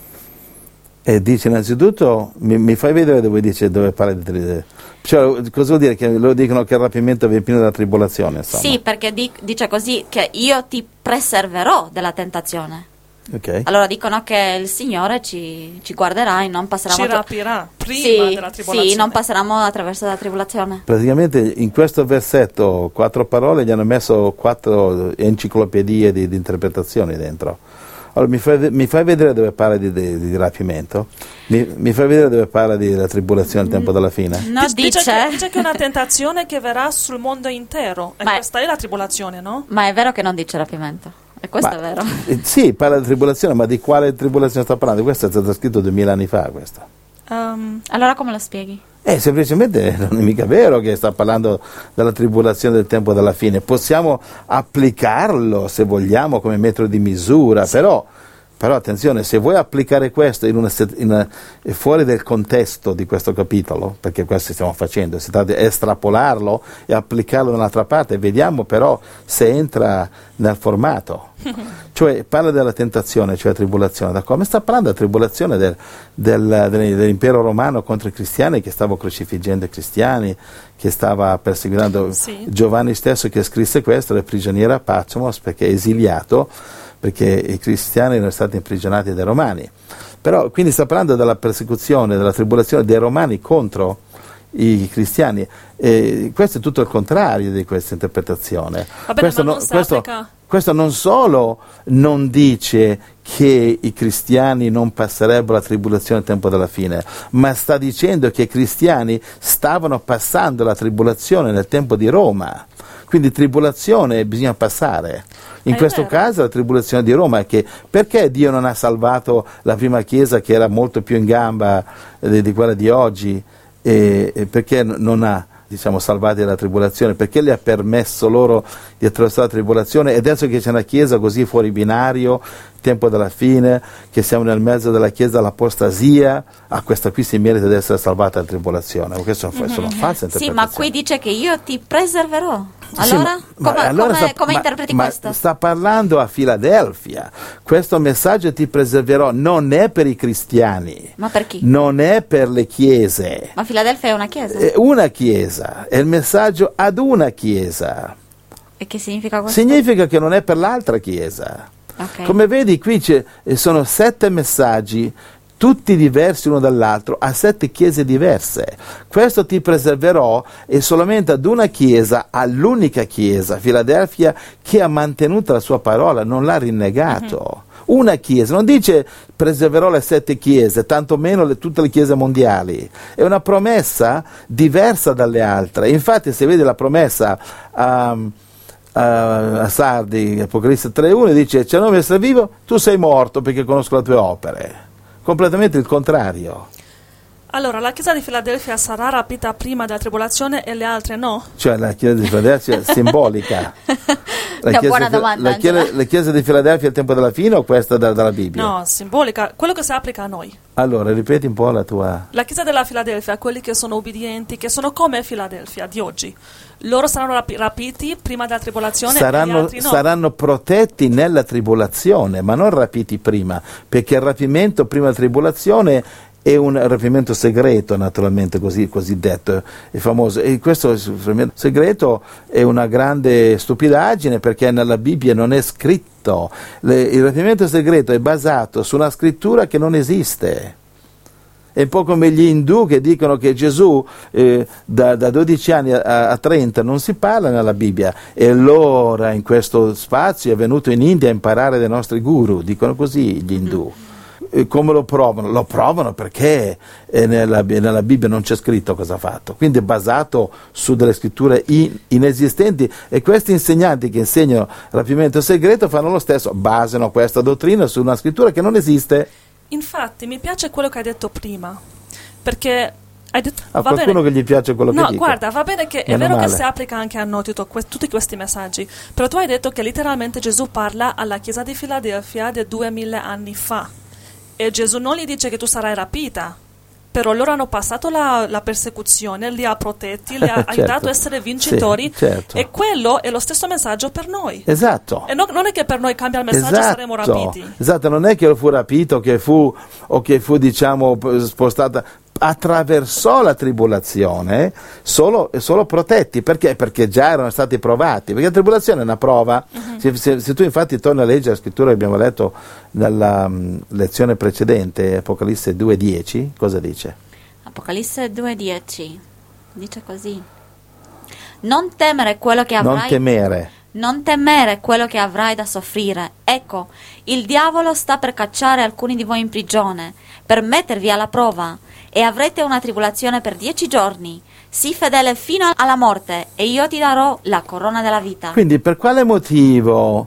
E dice innanzitutto, mi, mi fai vedere dove dice dove parla di tribolazione. Cioè, cosa vuol dire? Che loro dicono che il rapimento viene prima della tribolazione, insomma. Sì, perché di- dice così che io ti preserverò dalla tentazione. Ok. Allora dicono che il Signore ci, ci guarderà e non passeremo Ci attra- rapirà prima sì, della tribolazione. sì, non passeremo attraverso la tribolazione. Praticamente in questo versetto quattro parole gli hanno messo quattro enciclopedie di, di interpretazioni dentro. Allora mi fai, mi fai vedere dove parla di, di, di rapimento? Mi, mi fai vedere dove parla della tribolazione al tempo della fine? No, Dice, dice, dice che, dice che è una tentazione che verrà sul mondo intero. E Ma è- questa è la tribolazione, no? ma è vero che non dice rapimento. E questo Ma- è vero. eh, Sì, parla di tribolazione, ma di quale tribolazione sta parlando? Questo è stato scritto duemila anni fa, questo. Um, Allora come lo spieghi? Eh, semplicemente non è mica vero che sta parlando della tribolazione del tempo della fine. Possiamo applicarlo, se vogliamo, come metro di misura, però, però attenzione, se vuoi applicare questo in una, set- in una- fuori del contesto di questo capitolo, perché questo stiamo facendo, si tratta di estrapolarlo e applicarlo da un'altra parte, vediamo però se entra nel formato. Cioè parla della tentazione, cioè tribolazione, da come sta parlando della tribolazione del, del, del- dell'impero romano contro i cristiani, che stava crocifiggendo i cristiani, che stava perseguitando. Sì. Giovanni stesso che scrisse questo era prigioniero a Patmos perché è esiliato, perché i cristiani erano stati imprigionati dai romani. Però quindi sta parlando della persecuzione, della tribolazione dei romani contro i cristiani. E questo è tutto il contrario di questa interpretazione. Va bene, questo, ma non no- si questo- applica- questo non solo non dice che i cristiani non passerebbero la tribolazione al tempo della fine, ma sta dicendo che i cristiani stavano passando la tribolazione nel tempo di Roma. Quindi tribolazione bisogna passare. In È questo vero. caso la tribolazione di Roma è che perché Dio non ha salvato la prima chiesa che era molto più in gamba eh, di quella di oggi, e, e perché n- non ha diciamo salvati dalla tribolazione, perché le ha permesso loro di attraversare la tribolazione, e adesso che c'è una chiesa così fuori binario, tempo della fine, che siamo nel mezzo della chiesa dell'apostasia, a questa qui si merita di essere salvata dalla tribolazione. Queste sono, sono false Sì, interpretazioni. ma qui dice che io ti preserverò. Sì, Allora, ma- ma come, allora come- sta- come ma- interpreti ma questo? sta parlando a Filadelfia. Questo messaggio ti preserverò non è per i cristiani, Ma per chi? non è per le chiese. Ma Filadelfia è una chiesa? È una chiesa, è il messaggio ad una chiesa. E che significa questo? Significa che non è per l'altra chiesa. Ok. Come vedi qui c'è- sono sette messaggi, tutti diversi uno dall'altro, a sette chiese diverse. Questo ti preserverò è solamente ad una chiesa, all'unica chiesa, Filadelfia, che ha mantenuto la sua parola, non l'ha rinnegato. Una chiesa, non dice preserverò le sette chiese, tantomeno le, tutte le chiese mondiali. È una promessa diversa dalle altre. Infatti se vedi la promessa a, a, a Sardi, Apocalisse tre uno, dice c'è nome di essere vivo, tu sei morto perché conosco le tue opere. Completamente il contrario. Allora, la chiesa di Filadelfia sarà rapita prima della tribolazione e le altre no? Cioè la chiesa di Filadelfia è simbolica. La Una chiesa, buona di Fi- domanda, la chiesa- Angela. la chiesa di Filadelfia al tempo della fine o questa da- dalla Bibbia? No, simbolica, quello che si applica a noi. Allora, ripeti un po' la tua... La chiesa della Filadelfia, quelli che sono ubbidienti, che sono come Filadelfia di oggi, loro saranno rapi- rapiti prima della tribolazione e gli Saranno, altri no. saranno protetti nella tribolazione, ma non rapiti prima, perché il rapimento prima della tribolazione è un rapimento segreto, naturalmente, così, così detto, è famoso. E questo rapimento segreto è una grande stupidaggine, perché nella Bibbia non è scritto. Le- il rapimento segreto è basato su una scrittura che non esiste. È un po' come gli indù che dicono che Gesù eh, da, da dodici anni a, a trenta non si parla nella Bibbia, e allora in questo spazio è venuto in India a imparare dai nostri guru, dicono così gli indù. E come lo provano? Lo provano perché eh, nella, nella Bibbia non c'è scritto cosa ha fatto, quindi è basato su delle scritture in- inesistenti, e questi insegnanti che insegnano rapimento segreto fanno lo stesso, basano questa dottrina su una scrittura che non esiste. Infatti, mi piace quello che hai detto prima, perché hai detto... A va qualcuno bene. che gli piace quello No, che dico. guarda, va bene che è Meno vero male. che si applica anche a noi tutto que- tutti questi messaggi, però tu hai detto che letteralmente Gesù parla alla chiesa di Filadelfia di duemila anni fa. e Gesù non gli dice che tu sarai rapita, però loro hanno passato la, la persecuzione, li ha protetti, li ha certo. aiutato a essere vincitori, sì, certo. e quello è lo stesso messaggio per noi. Esatto. E no, non è che per noi cambia il messaggio, esatto. e saremo rapiti. Esatto, non è che fu rapito, che fu, o che fu, diciamo, spostata, attraversò la tribolazione solo, solo protetti. Perché? Perché già erano stati provati, perché la tribolazione è una prova. Uh-huh. se, se, se tu infatti torni a leggere la scrittura che abbiamo letto nella um, lezione precedente, Apocalisse due dieci, cosa dice? Apocalisse due dieci dice così: non temere quello che avrai non temere non temere quello che avrai da soffrire. Ecco, il diavolo sta per cacciare alcuni di voi in prigione, per mettervi alla prova, e avrete una tribolazione per dieci giorni. Sii fedele fino alla morte, e io ti darò la corona della vita. Quindi per quale motivo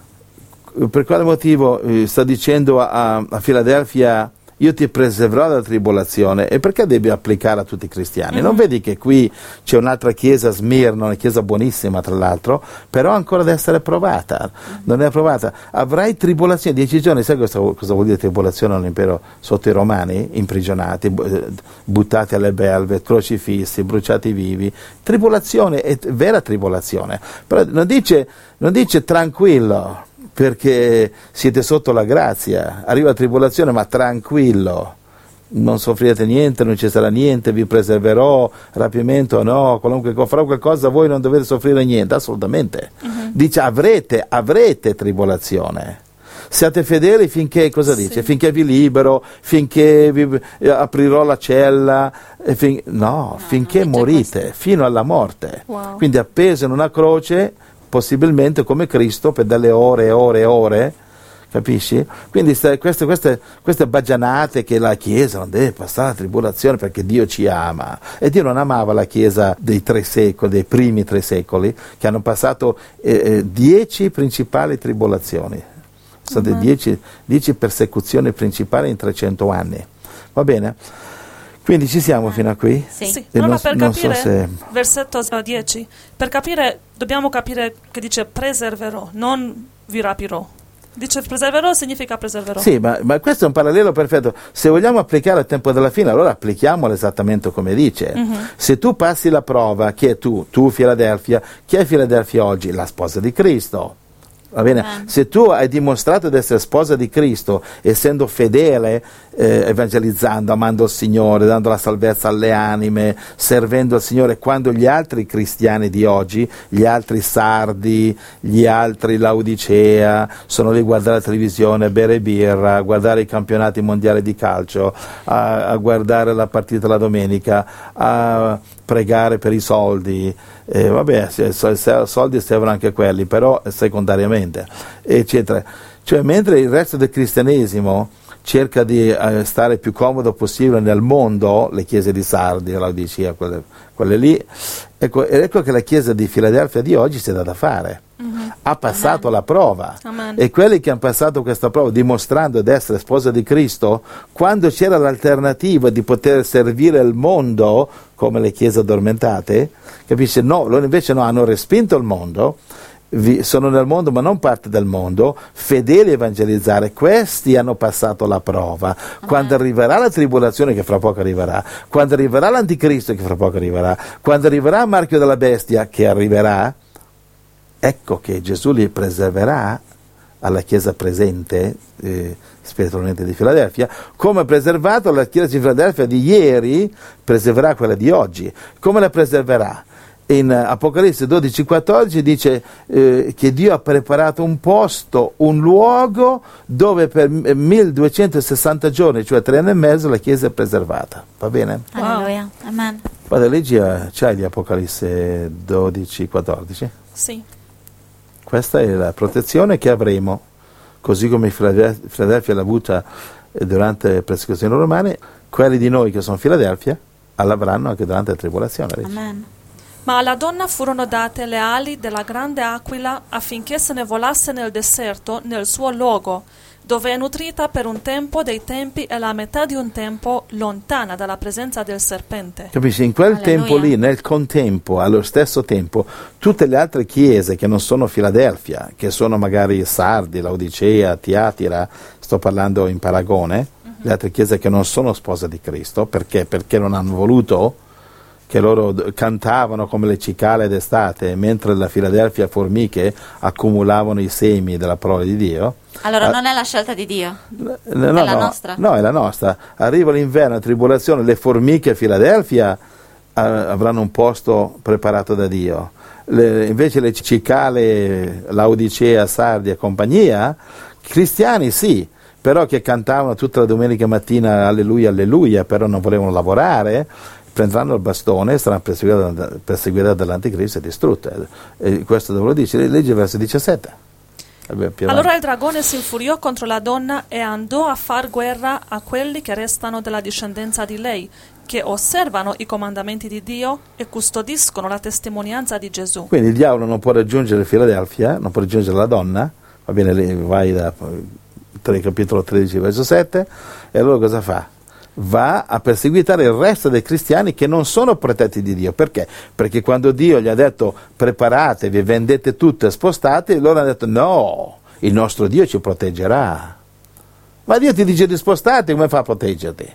per quale motivo eh, sta dicendo a, a Filadelfia: io ti preserverò dalla tribolazione? E perché devi applicare a tutti i cristiani? Mm-hmm. Non vedi che qui c'è un'altra chiesa, Smirna, una chiesa buonissima tra l'altro, però ancora da essere provata, mm-hmm. non è approvata. Avrai tribolazione, dieci giorni. Sai cosa, cosa vuol dire tribolazione all'impero sotto i romani? Imprigionati, buttati alle belve, crocifissi, bruciati vivi. Tribolazione, è vera tribolazione. Però non dice, non dice tranquillo, perché siete sotto la grazia, arriva la tribolazione, ma tranquillo, non soffrirete niente, non ci sarà niente, vi preserverò, rapimento no, qualunque cosa, farò qualcosa, voi non dovete soffrire niente, assolutamente. Uh-huh. Dice avrete, avrete tribolazione. Siate fedeli finché, cosa dice? Sì. Finché vi libero, finché vi eh, aprirò la cella, eh, fin, no, no, finché morite, questo. Fino alla morte. Wow. Quindi appeso in una croce, possibilmente come Cristo per delle ore e ore e ore, capisci? Quindi sta, queste, queste, queste baggianate che la Chiesa non deve passare la tribolazione perché Dio ci ama, e Dio non amava la Chiesa dei tre secoli, dei primi tre secoli, che hanno passato eh, dieci principali tribolazioni, sono state dieci, dieci persecuzioni principali in trecento anni, va bene? Quindi ci siamo fino a qui? Sì. sì. No, non, ma per non capire, so se... versetto dieci, per capire dobbiamo capire che dice preserverò, non vi rapirò. Dice preserverò significa preserverò. Sì, ma, ma questo è un parallelo perfetto. Se vogliamo applicare al tempo della fine, allora applichiamolo esattamente come dice. Uh-huh. Se tu passi la prova, chi è tu? Tu Filadelfia, chi è Filadelfia oggi? La sposa di Cristo. Va bene? Eh. Se tu hai dimostrato di essere sposa di Cristo, essendo fedele, eh, evangelizzando, amando il Signore, dando la salvezza alle anime, servendo il Signore, quando gli altri cristiani di oggi, gli altri sardi, gli altri Laodicea, sono lì a guardare la televisione, a bere birra, a guardare i campionati mondiali di calcio, a, a guardare la partita la domenica, a pregare per i soldi, eh, vabbè, soldi servono anche quelli, però secondariamente, eccetera. Cioè, mentre il resto del cristianesimo cerca di eh, stare più comodo possibile nel mondo, le chiese di Sardi, Laodicea, quelle, quelle lì, ecco, ecco che la chiesa di Filadelfia di oggi si dà da fare. Mm-hmm. Ha passato Amen. La prova. Amen. E quelli che hanno passato questa prova dimostrando di essere sposa di Cristo, quando c'era l'alternativa di poter servire il mondo come le chiese addormentate, capisci? No, loro invece no, hanno respinto il mondo, vi, sono nel mondo ma non parte del mondo, fedeli a evangelizzare. Questi hanno passato la prova. Amen. Quando arriverà la tribolazione, che fra poco arriverà, quando arriverà l'anticristo, che fra poco arriverà, quando arriverà il marchio della bestia, che arriverà, ecco che Gesù li preserverà alla Chiesa presente, eh, spiritualmente di Filadelfia, come ha preservato la Chiesa di Filadelfia di ieri, preserverà quella di oggi. Come la preserverà? In Apocalisse dodici quattordici dice eh, che Dio ha preparato un posto, un luogo dove per milleduecentosessanta giorni, cioè tre anni e mezzo, la Chiesa è preservata. Va bene? Alleluia. Amen. Guarda, leggi, c'hai di Apocalisse dodici quattordici? Sì. Questa è la protezione che avremo, così come Filadelfia l'ha avuta durante le persecuzioni romane, quelli di noi che sono Filadelfia l'avranno anche durante la tribolazione. Amen. Ma alla donna furono date le ali della grande aquila affinché se ne volasse nel deserto, nel suo luogo, dove è nutrita per un tempo dei tempi e la metà di un tempo lontana dalla presenza del serpente. Capisci? In quel Alleluia. Tempo lì, nel contempo, allo stesso tempo, tutte le altre chiese che non sono Filadelfia, che sono magari Sardi, Laodicea, Tiatira, sto parlando in paragone, uh-huh. le altre chiese che non sono spose di Cristo, perché? Perché non hanno voluto, che loro cantavano come le cicale d'estate, mentre la Filadelfia formiche accumulavano i semi della parola di Dio. Allora non è la scelta di Dio, no, è la no, nostra. No, è la nostra. Arriva l'inverno, la tribolazione, le formiche a Filadelfia avranno un posto preparato da Dio. Le, invece le cicale, Laodicea, Sardi e compagnia, cristiani sì, però che cantavano tutta la domenica mattina alleluia, alleluia, però non volevano lavorare, prenderanno il bastone e saranno perseguitati, perseguitati dall'anticristo e distrutte. E questo dove lo dice? Legge verso diciassette. Allora il dragone si infuriò contro la donna e andò a far guerra a quelli che restano della discendenza di lei, che osservano i comandamenti di Dio e custodiscono la testimonianza di Gesù. Quindi il diavolo non può raggiungere Filadelfia, non può raggiungere la donna, va bene, vai da capitolo tredici verso sette, e allora cosa fa? Va a perseguitare il resto dei cristiani che non sono protetti di Dio. Perché? Perché quando Dio gli ha detto preparatevi, vendete tutto e spostate, loro hanno detto no, il nostro Dio ci proteggerà. Ma Dio ti dice di spostarti, come fa a proteggerti?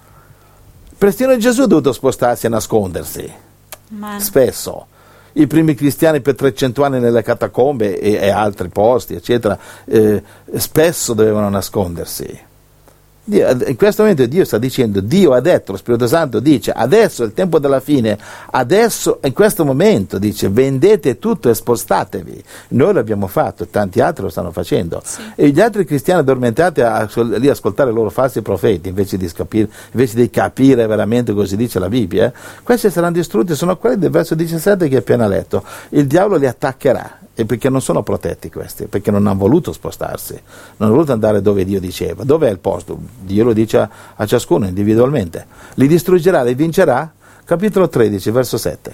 Persino Gesù ha dovuto spostarsi e nascondersi. Man. Spesso. I primi cristiani per trecento anni nelle catacombe e, e altri posti, eccetera, eh, spesso dovevano nascondersi. Dio, in questo momento Dio sta dicendo, Dio ha detto, lo Spirito Santo dice, adesso è il tempo della fine, adesso, in questo momento, dice, vendete tutto e spostatevi. Noi l'abbiamo fatto, tanti altri lo stanno facendo. Sì. E gli altri cristiani addormentati a, a, lì ascoltare i loro falsi profeti, invece di, scapire, invece di capire veramente cosa dice la Bibbia, eh, questi saranno distrutti, sono quelli del verso diciassette che hai appena letto. Il diavolo li attaccherà. E perché non sono protetti questi, perché non hanno voluto spostarsi, non hanno voluto andare dove Dio diceva. Dov'è il posto? Dio lo dice a, a ciascuno individualmente. Li distruggerà, li vincerà? Capitolo tredici, verso sette.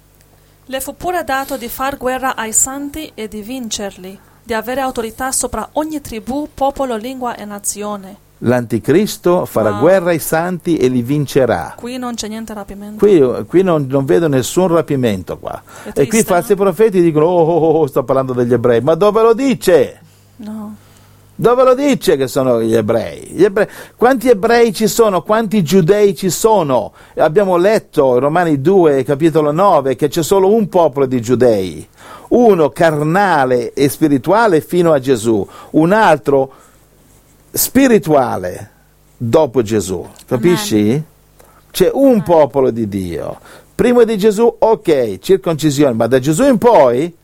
Le fu pure dato di far guerra ai santi e di vincerli, di avere autorità sopra ogni tribù, popolo, lingua e nazione. L'anticristo farà wow. guerra ai santi e li vincerà. Qui non c'è niente rapimento. Qui, qui non, non vedo nessun rapimento qua. Triste, e qui i falsi no? profeti dicono, oh, oh, oh, sto parlando degli ebrei. Ma dove lo dice? No. Dove lo dice che sono gli ebrei? Gli ebrei? Quanti ebrei ci sono? Quanti giudei ci sono? Abbiamo letto in Romani due, capitolo nove, che c'è solo un popolo di giudei. Uno carnale e spirituale fino a Gesù. Un altro spirituale dopo Gesù, capisci? Amen. C'è un Amen. popolo di Dio. Prima di Gesù, ok, circoncisione, ma da Gesù in poi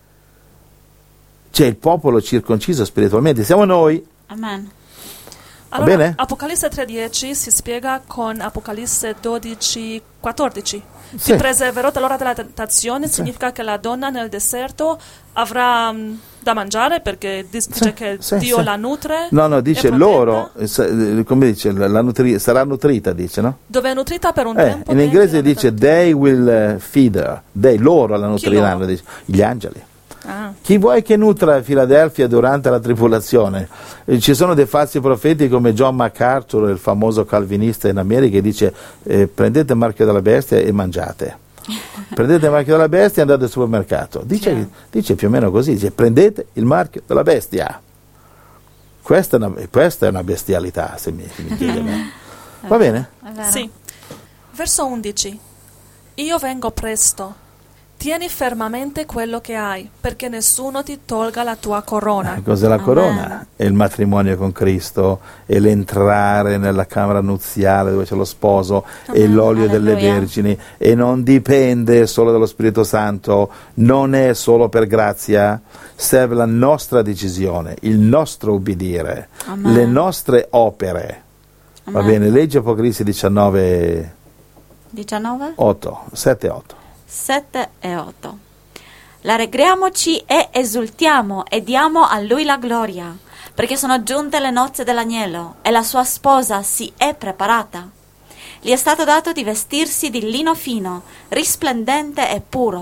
c'è il popolo circonciso spiritualmente, siamo noi. Amen. Allora, bene? Apocalisse tre dieci si spiega con Apocalisse dodici quattordici. Sì. Si preserverò dall'ora della tentazione, sì. Significa che la donna nel deserto avrà um, da mangiare perché dice sì, che sì, Dio sì. la nutre. No, no, dice loro, come dice, la nutri- sarà nutrita, dice, no? Dove è nutrita per un eh, tempo. In inglese dice they will feed her, they, loro la nutriranno, dice, gli angeli. Ah. Chi vuoi che nutra Filadelfia durante la tribolazione? Eh, ci sono dei falsi profeti come John MacArthur, il famoso calvinista in America, che dice eh, prendete il marchio della bestia e mangiate. Prendete il marchio della bestia e andate al supermercato. Dice, yeah. dice più o meno così, dice prendete il marchio della bestia. Questa è una, questa è una bestialità, se mi, se mi chiede me. Va bene? Sì. Verso undici. Io vengo presto. Tieni fermamente quello che hai, perché nessuno ti tolga la tua corona. Eh, cos'è la Amen. corona? È il matrimonio con Cristo, è l'entrare nella camera nuziale dove c'è lo sposo, Amen. e l'olio Alleluia. delle vergini, e non dipende solo dallo Spirito Santo, non è solo per grazia, serve la nostra decisione, il nostro ubbidire, Amen. le nostre opere. Amen. Va bene, legge Apocalisse diciannove, diciannove? otto, sette e otto. sette e otto. Rallegriamoci e esultiamo e diamo a Lui la gloria, perché sono giunte le nozze dell'agnello e la sua sposa si è preparata. Gli è stato dato di vestirsi di lino fino, risplendente e puro,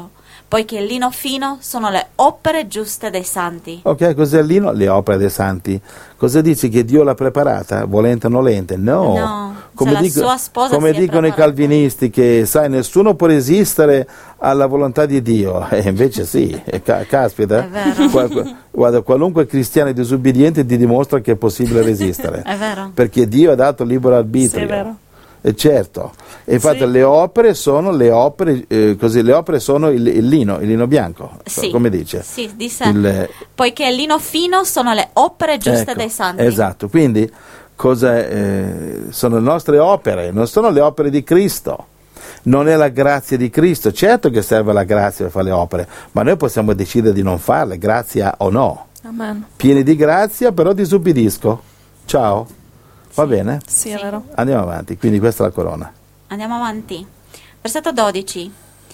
poiché il lino fino sono le opere giuste dei santi. Ok, cos'è il lino? Le opere dei santi. Cosa dici, che Dio l'ha preparata? Volente o nolente? No. No, come se dico, la sua sposa come si è dicono i preparata. calvinisti, che sai, nessuno può resistere alla volontà di Dio. E invece sì, e ca- caspita. È vero. Qual- guarda, qualunque cristiano disobbediente ti dimostra che è possibile resistere. È vero. Perché Dio ha dato libero arbitrio. Sì, è vero. E certo, e infatti Sì. le opere sono le opere, eh, così le opere sono il, il lino, il lino bianco, Sì. come dice. Sì, disse, Il- poiché il lino fino sono le opere giuste ecco, dei santi. Esatto, quindi cosa, eh, sono le nostre opere, non sono le opere di Cristo, non è la grazia di Cristo. Certo che serve la grazia per fare le opere, ma noi possiamo decidere di non farle, grazia o no. Amen. Pieni di grazia, però disubbidisco. Ciao, va bene? Sì, è Sì. vero. Andiamo avanti, quindi questa è la corona. Andiamo avanti. Versetto dodici.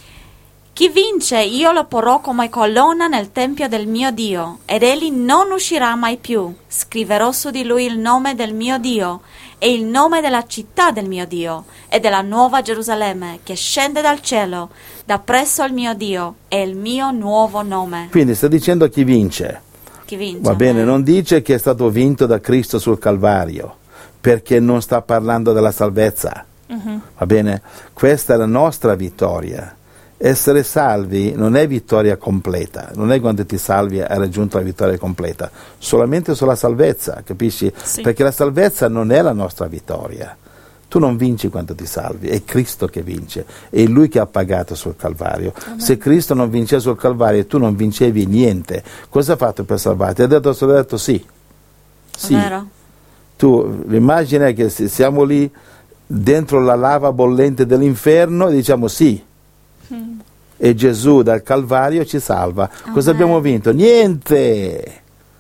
Chi vince io lo porrò come colonna nel tempio del mio Dio, ed egli non uscirà mai più. Scriverò su di lui il nome del mio Dio e il nome della città del mio Dio e della nuova Gerusalemme che scende dal cielo da presso il mio Dio e il mio nuovo nome. Quindi sta dicendo chi vince. Chi vince? Va bene, Amen. non dice che è stato vinto da Cristo sul Calvario, perché non sta parlando della salvezza. Mhm. Va bene? Questa è la nostra vittoria. Essere salvi non è vittoria completa, non è quando ti salvi hai raggiunto la vittoria completa, solamente sulla salvezza, capisci? Sì. Perché la salvezza non è la nostra vittoria. Tu non vinci quando ti salvi, è Cristo che vince, è Lui che ha pagato sul Calvario. Se Cristo non vinceva sul Calvario e tu non vincevi niente, cosa ha fatto per salvarti? Ha detto, ha detto sì. Sì. Vero? Tu immagina che se siamo lì dentro la lava bollente dell'inferno e diciamo sì. Mm. E Gesù dal Calvario ci salva. Cosa Amen. abbiamo vinto? Niente.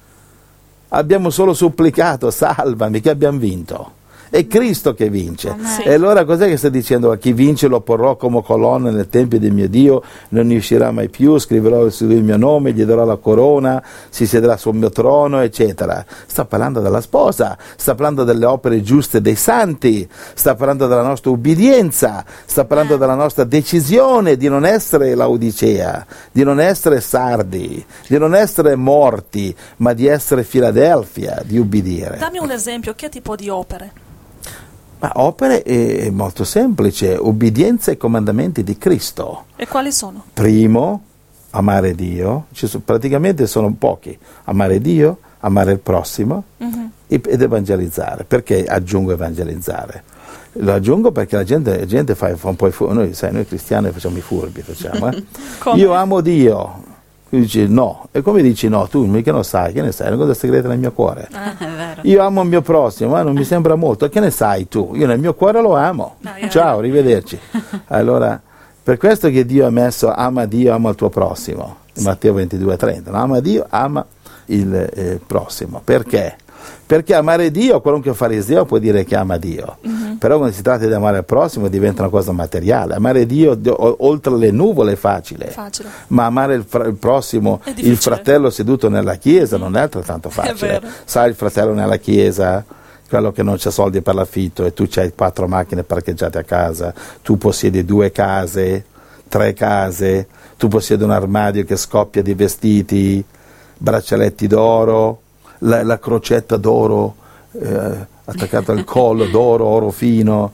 Abbiamo solo supplicato, salvami, che abbiamo vinto. È Cristo che vince. Amen. Sì. E allora cos'è che sta dicendo? Chi vince lo porrò come colonna nel tempio del mio Dio, non ne uscirà mai più, scriverò su lui il mio nome, gli darò la corona, si siederà sul mio trono, eccetera. Sta parlando della sposa, sta parlando delle opere giuste dei santi, sta parlando della nostra ubbidienza, sta parlando Eh. della nostra decisione di non essere Laodicea, di non essere Sardi, di non essere morti, ma di essere Filadelfia, di ubbidire. Dammi un esempio, che tipo di opere? Ma opere è molto semplice, ubbidienza ai comandamenti di Cristo. E quali sono? Primo, amare Dio, ci sono, praticamente sono pochi, amare Dio, amare il prossimo Mhm. e- ed evangelizzare. Perché aggiungo evangelizzare? Lo aggiungo perché la gente, la gente fa, fa un po' i furbi, noi, sai, noi cristiani facciamo i furbi, facciamo, eh? Come? Io amo Dio. Tu dici no, e come dici no? Tu mica lo sai, che ne sai? È una cosa segreta nel mio cuore. È vero. Io amo il mio prossimo, ma non mi sembra molto. Che ne sai tu? Io nel mio cuore lo amo. Ah, yeah. Ciao, arrivederci. Allora, per questo che Dio ha messo ama Dio, ama il tuo prossimo. Matteo ventidue trenta. No? Ama Dio, ama il eh, prossimo. Perché? Perché amare Dio, qualunque fariseo può dire che ama Dio. Mhm. Però quando si tratta di amare il prossimo diventa una cosa materiale. Amare Dio Dio, o- oltre le nuvole è facile. Facile. Ma amare il, fra- il prossimo, È difficile. il fratello seduto nella chiesa, non è altrettanto facile. vero. Sai il fratello nella chiesa, quello che non c'ha soldi per l'affitto e tu c'hai quattro macchine parcheggiate a casa, tu possiedi due case, tre case, tu possiedi un armadio che scoppia di vestiti, braccialetti d'oro, la, la crocetta d'oro eh, attaccata al collo d'oro, oro fino.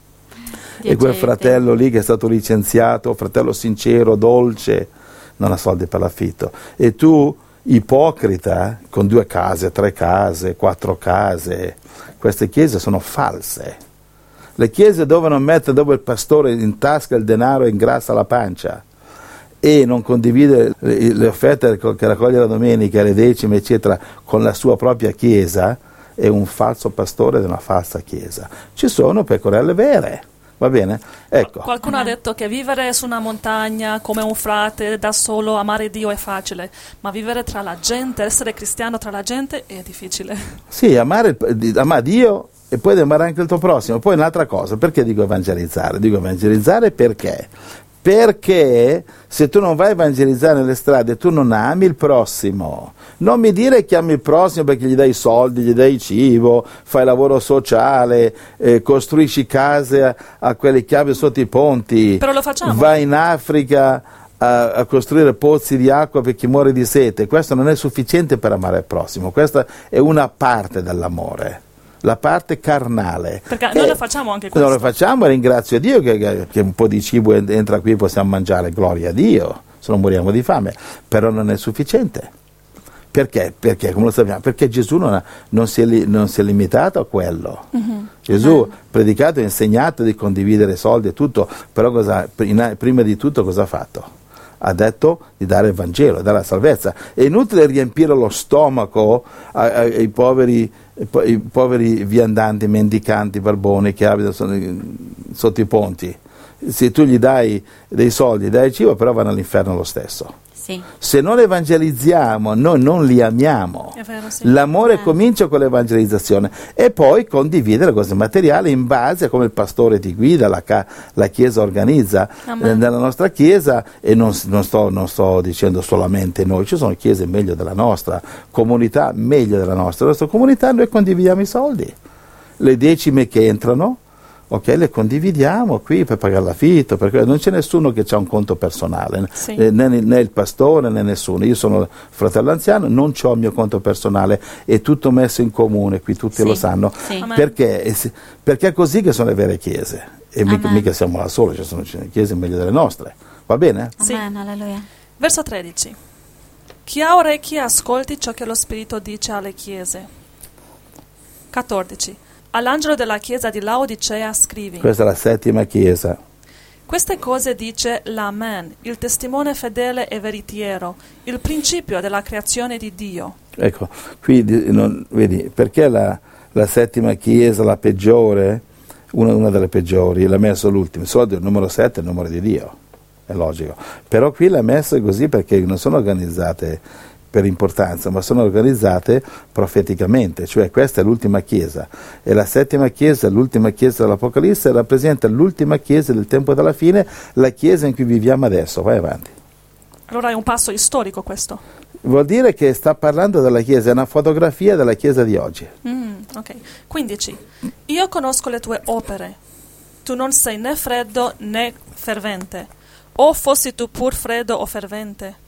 E quel Diecente. fratello lì che è stato licenziato, fratello sincero, dolce, non ha soldi per l'affitto. E tu, ipocrita, con due case, tre case, quattro case, queste chiese sono false. Le chiese devono mettere dove il pastore in tasca il denaro e ingrassa la pancia e non condivide le, le offerte che raccoglie la domenica, le decime, eccetera, con la sua propria chiesa, è un falso pastore di una falsa chiesa. Ci sono pecorelle vere. Va bene? Ecco. Qualcuno ha detto che vivere su una montagna come un frate da solo, amare Dio è facile, ma vivere tra la gente, essere cristiano tra la gente è difficile. Sì, amare, il- amare Dio e poi amare anche il tuo prossimo. Poi un'altra cosa, perché dico evangelizzare? Dico evangelizzare perché? Perché se tu non vai a evangelizzare nelle strade, tu non ami il prossimo. Non mi dire che ami il prossimo perché gli dai soldi, gli dai cibo, fai lavoro sociale, eh, costruisci case a, a quelli che abitano sotto i ponti. Però lo facciamo. Vai in Africa a, a costruire pozzi di acqua per chi muore di sete, questo non è sufficiente per amare il prossimo, questa è una parte dell'amore, la parte carnale. Perché noi lo facciamo anche questo. Noi lo facciamo e ringrazio Dio che, che, che un po' di cibo entra qui, possiamo mangiare, gloria a Dio, se non moriamo di fame, però non è sufficiente. Perché? Perché, come lo sappiamo? Perché Gesù non, ha, non, si, è li, non si è limitato a quello. Mm-hmm. Gesù ha predicato e insegnato di condividere soldi e tutto, però cosa, prima di tutto cosa ha fatto? Ha detto di dare il Vangelo, dare la salvezza. È inutile riempire lo stomaco ai, ai, ai poveri, ai poveri viandanti, mendicanti, barboni che abitano sotto i ponti. Se tu gli dai dei soldi, dai cibo, però vanno all'inferno lo stesso. Sì. Se non evangelizziamo, noi non li amiamo. È vero, sì. L'amore eh. comincia con l'evangelizzazione e poi condividere cose materiali in base a come il pastore ti guida, la, ca- la Chiesa organizza. Eh, nella nostra Chiesa, e non, non, sto, non sto dicendo solamente noi, ci sono chiese meglio della nostra, comunità meglio della nostra. La nostra comunità noi condividiamo i soldi, le decime che entrano, ok, le condividiamo qui per pagare l'affitto, perché non c'è nessuno che ha un conto personale, sì. né, né il pastore né nessuno. Io sono fratello anziano, non ho il mio conto personale, è tutto messo in comune, qui tutti sì. lo sanno, sì. perché, perché è così che sono le vere chiese, e mica, mica siamo là sole, ci sono chiese meglio delle nostre, va bene? Sì. Amen, alleluia. Verso tredici. Chi ha orecchie ascolti ciò che lo Spirito dice alle chiese. quattordici. All'angelo della chiesa di Laodicea scrivi: Questa è la settima chiesa. Queste cose dice l'Amen, il testimone fedele e veritiero, il principio della creazione di Dio. Ecco, qui non, vedi, perché la, la settima chiesa, la peggiore, una, una delle peggiori, l'ha messo l'ultimo, solo il numero sette è il numero di Dio, è logico. Però qui l'ha messo così perché non sono organizzate per importanza, ma sono organizzate profeticamente, cioè questa è l'ultima chiesa e la settima chiesa, l'ultima chiesa dell'Apocalisse, rappresenta l'ultima chiesa del tempo della fine, la chiesa in cui viviamo adesso. Vai avanti. Allora è un passo storico questo. Vuol dire che sta parlando della chiesa, è una fotografia della chiesa di oggi. Mm, ok. quindici. Io conosco le tue opere. Tu non sei né freddo né fervente. O fossi tu pur freddo o fervente.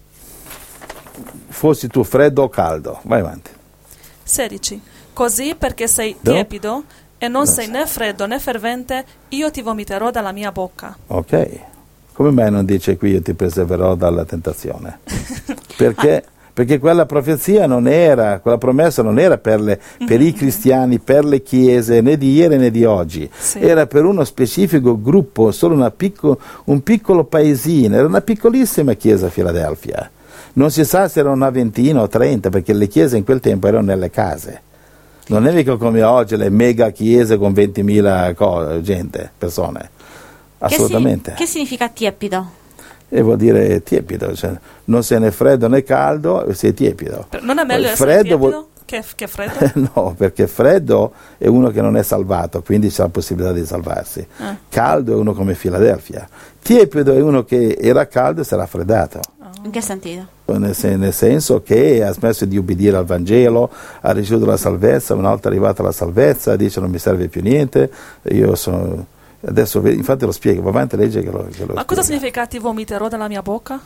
Fossi tu freddo o caldo, vai avanti. sedici. Così perché sei Do? tiepido e non No, sei sì. né freddo né fervente, io ti vomiterò dalla mia bocca. Ok, come mai non dice qui io ti preserverò dalla tentazione? Perché? Perché quella profezia non era, quella promessa non era per, le, per i cristiani, per le chiese, né di ieri né di oggi, Sì. era per uno specifico gruppo, solo una picco, un piccolo paesino, era una piccolissima chiesa a Filadelfia. Non si sa se erano una ventina o trenta, perché le chiese in quel tempo erano nelle case. Non è mica come oggi le mega chiese con ventimila co- gente, persone. Assolutamente. Che, si- che significa tiepido? E vuol dire tiepido, cioè non sei né freddo né caldo, sei tiepido. Non è meglio Poi essere freddo tiepido vuol- che, che freddo? No, perché freddo è uno che non è salvato, quindi c'è la possibilità di salvarsi. Ah. Caldo è uno come Filadelfia. Tiepido è uno che era caldo e si è raffreddato. In che sentito? Nel, sen- nel senso che ha smesso di ubbidire al Vangelo, ha ricevuto la salvezza, una volta arrivata la salvezza dice non mi serve più niente, io sono... Adesso infatti lo spiego, va avanti, legge che lo, che lo Ma cosa spiega. significa ti vomiterò dalla mia bocca?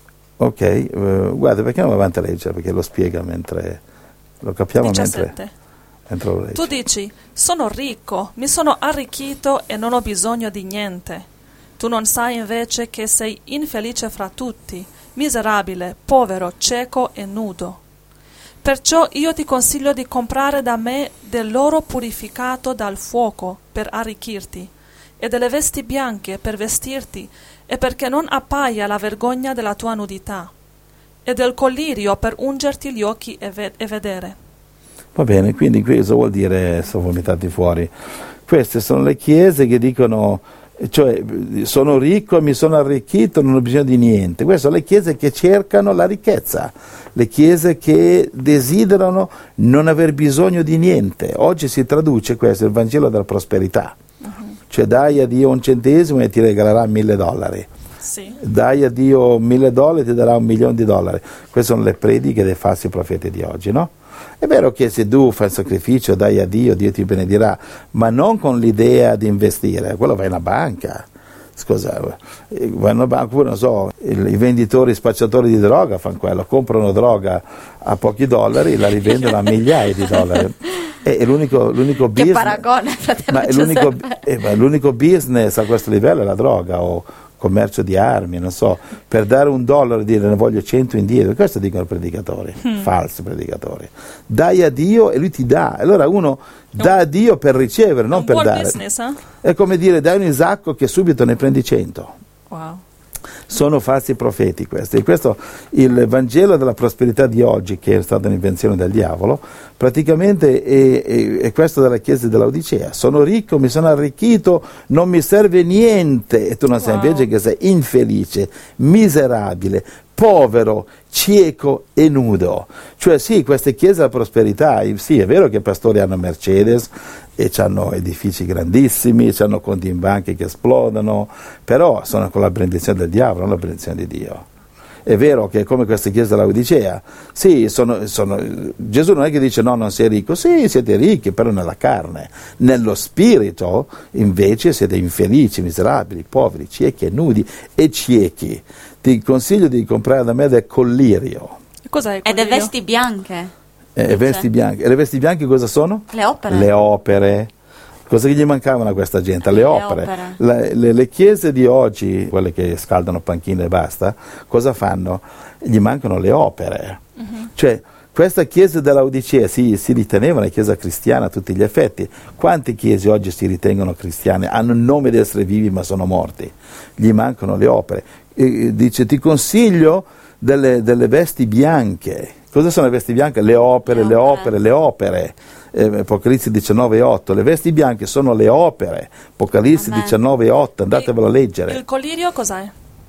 Ok, uh, guarda, perché non va avanti a leggere? Perché lo spiega mentre lo capiamo mentre, diciassette. mentre lo legge. Tu dici, sono ricco, mi sono arricchito e non ho bisogno di niente. Tu non sai invece che sei infelice fra tutti, miserabile, povero, cieco e nudo. Perciò io ti consiglio di comprare da me dell'oro purificato dal fuoco per arricchirti, e delle vesti bianche per vestirti, e perché non appaia la vergogna della tua nudità, e del collirio per ungerti gli occhi e, ve- e vedere. Va bene, quindi questo vuol dire, sono vomitati fuori. Queste sono le chiese che dicono, cioè sono ricco e mi sono arricchito, non ho bisogno di niente. Queste sono le chiese che cercano la ricchezza, le chiese che desiderano non aver bisogno di niente. Oggi si traduce questo, il Vangelo della prosperità. Uh-huh. Cioè dai a Dio un centesimo e ti regalerà mille dollari. Sì. Dai a Dio mille dollari e ti darà un milione di dollari. Queste sono le prediche dei falsi profeti di oggi, no? È vero che se tu fai il sacrificio, dai a Dio, Dio ti benedirà, ma non con l'idea di investire, quello vai in una banca. Scusa, vanno a banco, non so, i venditori spacciatori di droga fanno quello, comprano droga a pochi dollari, la rivendono a migliaia di dollari. E l'unico, l'unico che business, paragone, fratello ma l'unico, Giuseppe. eh, ma l'unico business a questo livello è la droga o commercio di armi, non so, per dare un dollaro e dire ne voglio cento indietro, questo dicono i predicatori, mm. falsi predicatori. Dai a Dio e lui ti dà. Allora uno dà a Dio per ricevere, non per dare. Business, eh? È come dire dai un Isacco che subito ne prendi cento. Wow. Sono falsi profeti questi. E questo, il Vangelo della prosperità di oggi, che è stata un'invenzione del diavolo, praticamente è, è, è questo della Chiesa dell'Odicea. Sono ricco, mi sono arricchito, non mi serve niente, e tu non sai, wow. invece che sei infelice, miserabile, povero, cieco e nudo. Cioè sì, queste chiese della prosperità, sì, è vero che i pastori hanno Mercedes e hanno edifici grandissimi, hanno conti in banche che esplodono, però sono con la benedizione del diavolo, non la benedizione di Dio. È vero che come queste chiese dell'Odicea, sì, sono, sono, Gesù non è che dice no, non sei ricco, sì, siete ricchi, però nella carne. Nello spirito, invece, siete infelici, miserabili, poveri, ciechi e nudi e ciechi. Ti consiglio di comprare da me del collirio. Cos'è il E collirio? le vesti bianche. Eh, vesti bianche. E le vesti bianche cosa sono? Le opere. Le opere. Cosa che gli mancavano a questa gente? Le, le opere. opere. Le, le, le chiese di oggi, quelle che scaldano panchine e basta, cosa fanno? Gli mancano le opere. Uh-huh. Cioè, questa chiesa dell'Odicea si, si riteneva una chiesa cristiana a tutti gli effetti. Quante chiese oggi si ritengono cristiane? Hanno il nome di essere vivi ma sono morti. Gli mancano le opere. E dice, ti consiglio delle, delle vesti bianche. Cosa sono le vesti bianche? Le opere, le opere, le opere. Eh, Apocalisse diciannove otto. Le vesti bianche sono le opere. Apocalisse diciannove otto, andatevelo a leggere. Il collirio cos'è?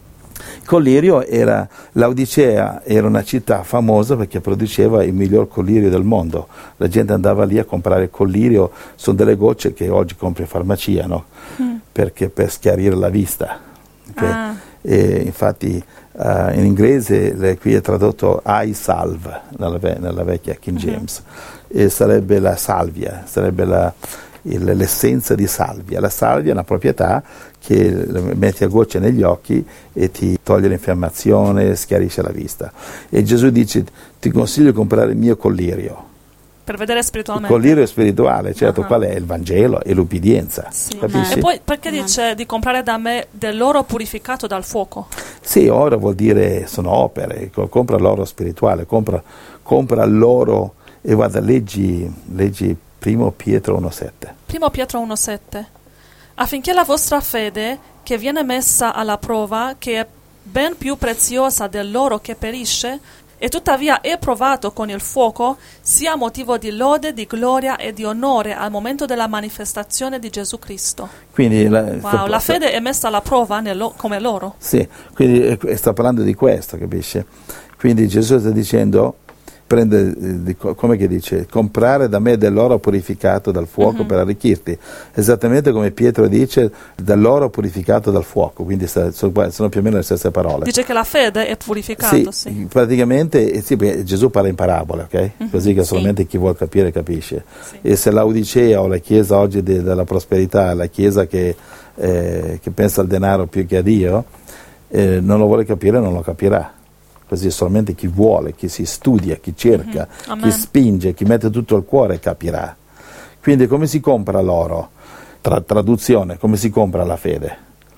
Collirio era, l'Odicea era una città famosa perché produceva il miglior collirio del mondo. La gente andava lì a comprare il collirio, sono delle gocce che oggi compri in farmacia, no? Mm. Perché per schiarire la vista. Okay? Ah. E infatti uh, in inglese le, qui è tradotto eye salve nella, ve- nella vecchia King James, uh-huh. e sarebbe la salvia, sarebbe la, il, l'essenza di salvia. La salvia è una proprietà che metti a gocce negli occhi e ti toglie l'infiammazione, schiarisce la vista. E Gesù dice, ti consiglio di comprare il mio collirio. Per vedere spiritualmente. Il collirio spirituale, certo, uh-huh. qual è? Il Vangelo e l'ubbidienza. Sì. Capisci? E poi perché dice di comprare da me dell'oro purificato dal fuoco? Sì, oro vuol dire sono opere, compra l'oro spirituale, compra, compra l'oro e guarda, leggi, leggi primo Pietro uno sette. Primo Pietro uno sette. Affinché la vostra fede, che viene messa alla prova, che è ben più preziosa dell'oro che perisce, e tuttavia è provato con il fuoco, sia motivo di lode, di gloria e di onore al momento della manifestazione di Gesù Cristo. Quindi la, wow, sta, la fede è messa alla prova nello, come l'oro. Sì, quindi sta parlando di questo, capisci? Quindi Gesù sta dicendo, prende, di, come che dice, comprare da me dell'oro purificato dal fuoco uh-huh. per arricchirti, esattamente come Pietro dice, dell'oro purificato dal fuoco, quindi sta, sono, sono più o meno le stesse parole. Dice che la fede è purificata, sì. sì. Praticamente sì, Gesù parla in parabole, ok? Uh-huh. Così che solamente sì. chi vuol capire capisce. Sì. E se l'Odicea o la Chiesa oggi de, della prosperità, la Chiesa che, eh, che pensa al denaro più che a Dio, eh, non lo vuole capire, non lo capirà. Così solamente chi vuole, chi si studia, chi cerca, mm-hmm. chi spinge, chi mette tutto il cuore capirà. Quindi come si compra l'oro? Tra, traduzione, come si compra la fede?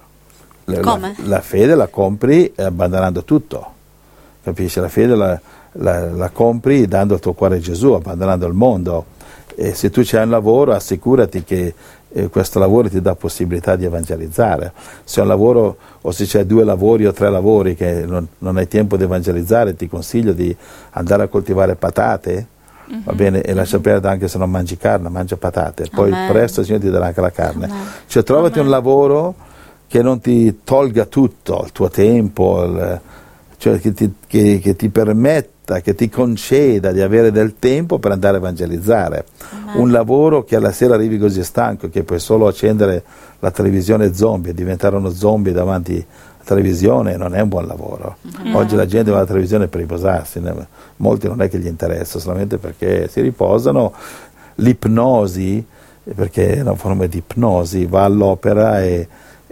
Come? La, la fede la compri abbandonando tutto, capisci? La fede la, la, la compri dando il tuo cuore a Gesù, abbandonando il mondo. E se tu c'hai un lavoro, assicurati che eh, questo lavoro ti dà possibilità di evangelizzare. Se un lavoro, o se c'hai due lavori o tre lavori che non, non hai tempo di evangelizzare, ti consiglio di andare a coltivare patate, mm-hmm. va bene, e mm-hmm. lascia perdere anche se non mangi carne, mangia patate, poi Amen. Presto il Signore ti darà anche la carne. Amen. Cioè trovati Amen. Un lavoro che non ti tolga tutto, il tuo tempo, il, cioè che ti, che, che ti permetta, che ti conceda di avere del tempo per andare a evangelizzare. Amen. Un lavoro che alla sera arrivi così stanco che puoi solo accendere la televisione zombie e diventare uno zombie davanti alla televisione, non è un buon lavoro. Amen. Oggi la gente va alla televisione per riposarsi, molti non è che gli interessa, solamente perché si riposano. L'ipnosi, perché è una forma di ipnosi, va all'opera e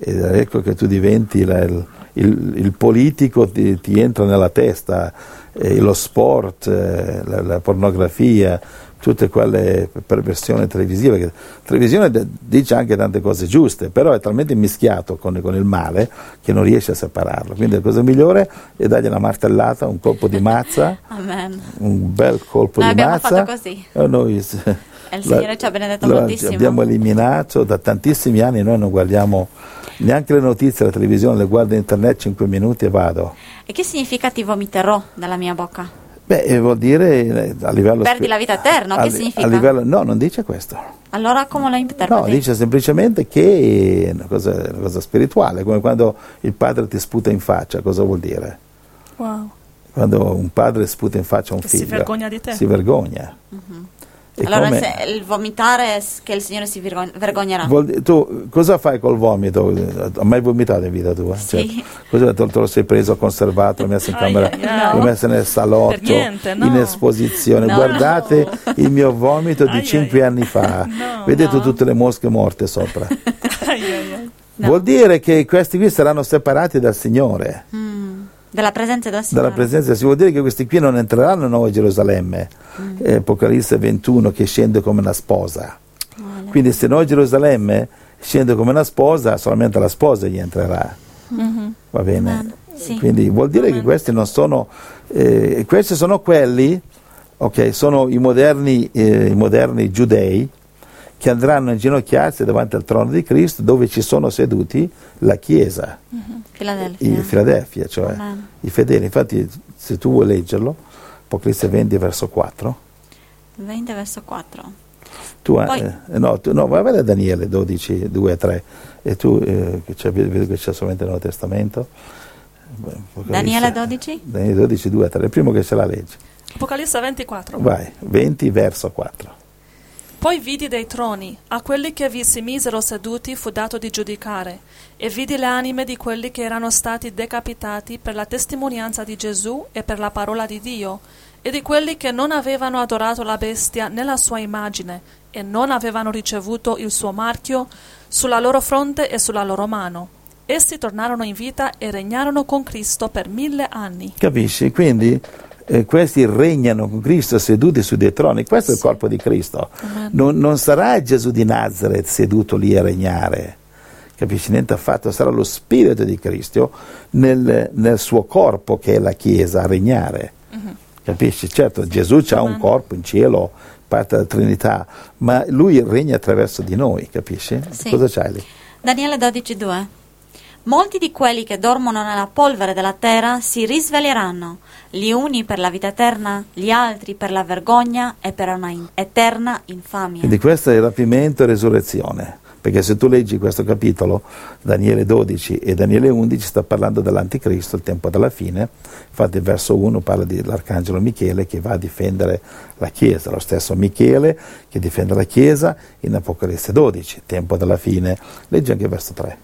ed ecco che tu diventi la, il, il, il politico, ti, ti entra nella testa, eh, lo sport, eh, la, la pornografia, tutte quelle perversioni televisive, che la televisione d- dice anche tante cose giuste, però è talmente mischiato con, con il male che non riesce a separarlo. Quindi la cosa migliore è dargli una martellata, un colpo di mazza, Amen. un bel colpo Noi di abbiamo mazza. fatto così. E noi, E il Signore ci ha benedetto la- moltissimo. Abbiamo eliminato da tantissimi anni, noi non guardiamo neanche le notizie, la televisione, le guardo in internet cinque minuti e vado. E che significa ti vomiterò dalla mia bocca? Beh, eh, vuol dire eh, a livello Perdi spi- la vita eterna, a, che li- significa? a livello, no, non dice questo. Allora come lo interpreti? No, dice semplicemente che è una cosa, una cosa spirituale, come quando il padre ti sputa in faccia, cosa vuol dire? Wow. Quando un padre sputa in faccia a un Che figlio. si vergogna di te. Si vergogna. Mhm. E Allora come- se il vomitare è s- che il Signore si vergog- vergognerà. vuol di- tu cosa fai col vomito? Hai mai vomitato in vita tua? Sì. Cioè, cosa te, te lo sei preso, conservato, l'hai messo in Ai, camera, ai, ai. l'hai messo nel salotto, Per niente, no. in esposizione? No, Guardate no. il mio vomito di Ai, cinque ai. anni fa. No. Vedete No. tutte le mosche morte sopra. Ai, ai, ai. No. Vuol dire che questi qui saranno separati dal Signore, Mm. Della presenza del Signore. dalla presenza. Si vuol dire che questi qui non entreranno in Nuova Gerusalemme. Mm. Eh, Apocalisse ventuno, che scende come una sposa. Vale. Quindi se Nuova Gerusalemme scende come una sposa, solamente la sposa gli entrerà. Mhm. Va bene? Amen. Sì. Quindi vuol dire Amen. che questi non sono, eh, questi sono quelli, ok, sono i moderni, eh, i moderni giudei che andranno a inginocchiarsi davanti al trono di Cristo, dove ci sono seduti la Chiesa, Filadelfia. in Filadelfia, cioè Amen. i fedeli. Infatti, se tu vuoi leggerlo, Apocalisse venti, verso quattro, venti verso quattro. tu, Poi- eh, no, tu, no, vai a vedere Daniele dodici, due e tre, e tu, eh, che c'è, vedo che c'è solamente il Nuovo Testamento. Beh, Apocalisse- Daniele dodici? Daniele dodici, due e tre, il primo che ce la legge. Apocalisse ventiquattro. Vai, venti verso quattro. Poi vidi dei troni, a quelli che vi si misero seduti fu dato di giudicare, e vidi le anime di quelli che erano stati decapitati per la testimonianza di Gesù e per la parola di Dio, e di quelli che non avevano adorato la bestia né la sua immagine, e non avevano ricevuto il suo marchio sulla loro fronte e sulla loro mano. Essi tornarono in vita e regnarono con Cristo per mille anni. Capisci? Quindi eh, questi regnano con Cristo seduti su dei troni. Questo è il Sì. corpo di Cristo. Amen. Non, non sarà Gesù di Nazareth seduto lì a regnare. Capisci? Niente affatto. Sarà lo Spirito di Cristo nel, nel suo corpo, che è la Chiesa, a regnare. Mhm. Capisci? Certo, Gesù ha un Amen. corpo in cielo, parte della Trinità, ma Lui regna attraverso di noi, capisci? Sì. Cosa c'hai lì? Daniele dodici due. Molti di quelli che dormono nella polvere della terra si risveglieranno, gli uni per la vita eterna, gli altri per la vergogna e per una in- eterna infamia. Quindi questo è il rapimento e resurrezione, perché se tu leggi questo capitolo, Daniele dodici e Daniele undici, sta parlando dell'anticristo, il tempo della fine. Infatti il verso uno parla dell'arcangelo Michele che va a difendere la Chiesa, lo stesso Michele che difende la Chiesa in Apocalisse dodici, tempo della fine. Leggi anche il verso tre.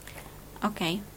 Ok.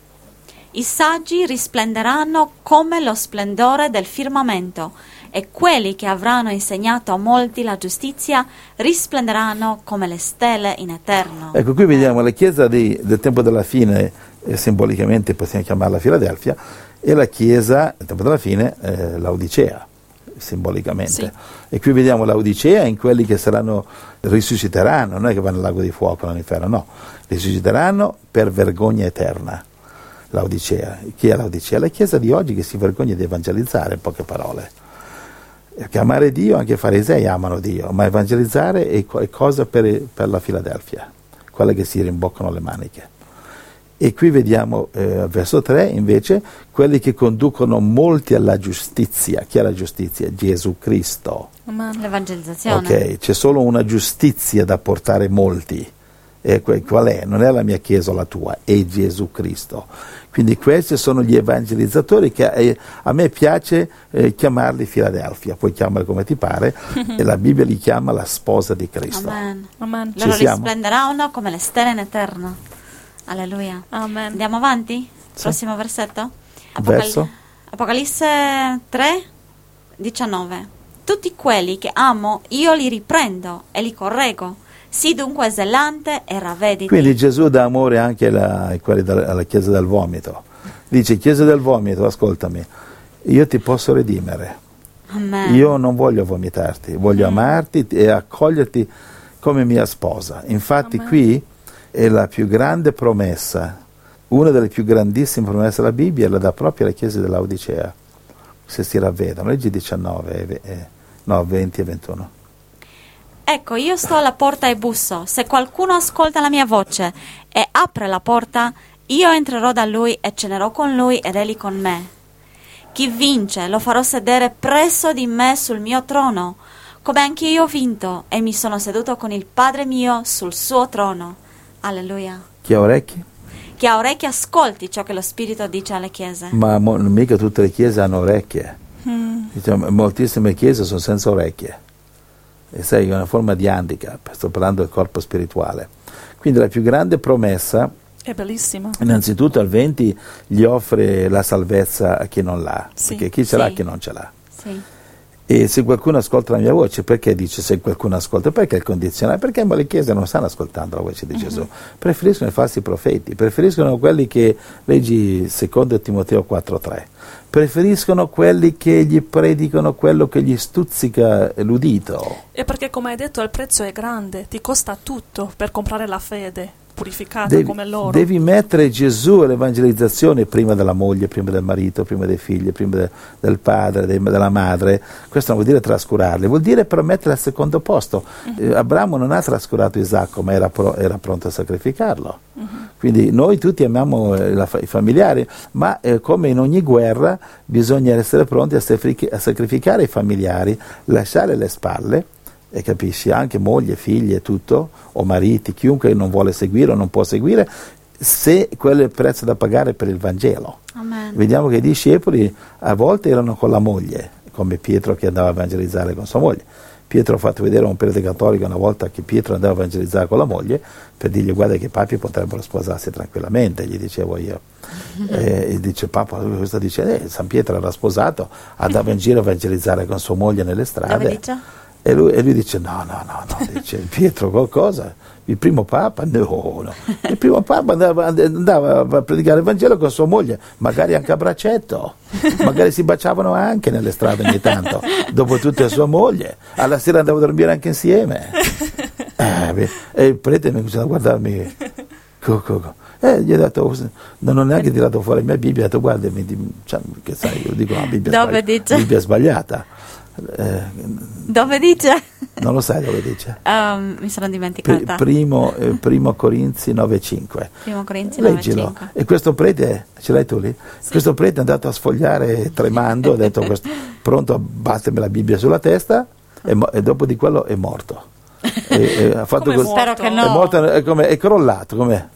I saggi risplenderanno come lo splendore del firmamento, e quelli che avranno insegnato a molti la giustizia risplenderanno come le stelle in eterno. Ecco, qui vediamo la Chiesa di- del tempo della fine, eh, simbolicamente possiamo chiamarla Filadelfia, e la Chiesa del tempo della fine, eh, Laodicea, simbolicamente. Sì. E qui vediamo Laodicea in quelli che saranno, risusciteranno, non è che vanno al lago di fuoco, all'inferno, no, risusciteranno per vergogna eterna. Laodicea. Chi è Laodicea? La Chiesa di oggi che si vergogna di evangelizzare, in poche parole. Perché amare Dio, anche i farisei amano Dio, ma evangelizzare è, co- è cosa per, per la Filadelfia, quella che si rimboccano le maniche. E qui vediamo, eh, al verso tre, invece, quelli che conducono molti alla giustizia. Chi è la giustizia? Gesù Cristo. Amen. L'evangelizzazione. Ok, c'è solo una giustizia da portare molti. E que- qual è? Non è la mia Chiesa o la tua, è Gesù Cristo. Quindi questi sono gli evangelizzatori che eh, a me piace eh, chiamarli Filadelfia, puoi chiamarli come ti pare, e la Bibbia li chiama la sposa di Cristo. Amen. Amen. Ci Loro siamo? risplenderanno come le stelle in eterno. Alleluia. Amen. Andiamo avanti? Sì. Prossimo versetto. Verso? Apocalisse tre, diciannove. Tutti quelli che amo io li riprendo e li correggo. Sii dunque zelante e ravvediti. Quindi Gesù dà amore anche alla, alla Chiesa del Vomito. Dice: Chiesa del Vomito, ascoltami, io ti posso redimere. Amen. Io non voglio vomitarti, voglio Amen. amarti e accoglierti come mia sposa. Infatti Amen. qui è la più grande promessa, una delle più grandissime promesse della Bibbia, la dà proprio alla Chiesa dell'Odicea. Se si ravvedono, leggi diciannove, eh, no, venti e ventuno. Ecco, io sto alla porta e busso. Se qualcuno ascolta la mia voce e apre la porta, io entrerò da lui e cenerò con lui ed egli con me. Chi vince lo farò sedere presso di me sul mio trono, come anche io ho vinto e mi sono seduto con il Padre mio sul suo trono. Alleluia. Chi ha orecchi? Chi ha orecchie ascolti ciò che lo Spirito dice alle chiese. Ma mo, mica tutte le chiese hanno orecchie. Mm. Diciamo, moltissime chiese sono senza orecchie. E sai, è una forma di handicap, sto parlando del corpo spirituale. Quindi la più grande promessa, È bellissima. innanzitutto al venti gli offre la salvezza a chi non l'ha, Sì. perché chi ce Sì. l'ha, chi non ce l'ha. Sì. E se qualcuno ascolta la mia voce, perché dice se qualcuno ascolta? Perché il condizionale? Perché le chiese non stanno ascoltando la voce di Gesù, preferiscono i falsi profeti, preferiscono quelli che, leggi secondo Timoteo quattro tre, preferiscono quelli che gli predicano quello che gli stuzzica l'udito. E perché, come hai detto, il prezzo è grande, ti costa tutto per comprare la fede purificata Devi, come loro. devi mettere Gesù all'evangelizzazione prima della moglie, prima del marito, prima dei figli, prima de, del padre, de, della madre. Questo non vuol dire trascurarli, vuol dire però mettere al secondo posto. Uh-huh. eh, Abramo non ha trascurato Isacco, ma era, pro, era pronto a sacrificarlo. Uh-huh. Quindi noi tutti amiamo eh, la, i familiari, ma eh, come in ogni guerra bisogna essere pronti a, sacrific- a sacrificare i familiari, lasciare le spalle. E capisci, anche moglie, figlie, tutto, o mariti, chiunque non vuole seguire o non può seguire, se quello è il prezzo da pagare per il Vangelo. Amen. Vediamo che i discepoli a volte erano con la moglie, come Pietro che andava a evangelizzare con sua moglie. Pietro ha fatto vedere a un prete cattolico una volta che Pietro andava a evangelizzare con la moglie, per dirgli: guarda che i papi potrebbero sposarsi tranquillamente, gli dicevo io. E, e dice: Papa, cosa dice? Eh, San Pietro era sposato, andava in giro a evangelizzare con sua moglie nelle strade. Dove dice? E lui, e lui dice: no, no, no, no, dice Pietro, qualcosa? Il primo Papa? No, no. Il primo Papa andava, andava a predicare il Vangelo con sua moglie, magari anche a braccetto, magari si baciavano anche nelle strade ogni tanto, dopo tutta sua moglie, alla sera andava a dormire anche insieme. Eh, e il prete mi cominciava a guardarmi, co, co, co. Eh, gli ho detto, non ho neanche tirato fuori la mia Bibbia, ho detto: guarda, mi, cioè, che sai, io dico una Bibbia, Dove sbagli- dice? Bibbia sbagliata. Eh, Dove dice? non lo sai dove dice? Um, mi sono dimenticata. Pr- primo, eh, primo Corinzi nove cinque. Primo Corinzi nove Leggilo. cinque. E questo prete, ce l'hai tu lì? Sì. Questo prete è andato a sfogliare tremando, ha detto: questo, pronto a battermi la Bibbia sulla testa, e, mo- e dopo di quello è morto. E, e ha fatto Come così. Spero che no. È morto, è, come, è crollato, com'è?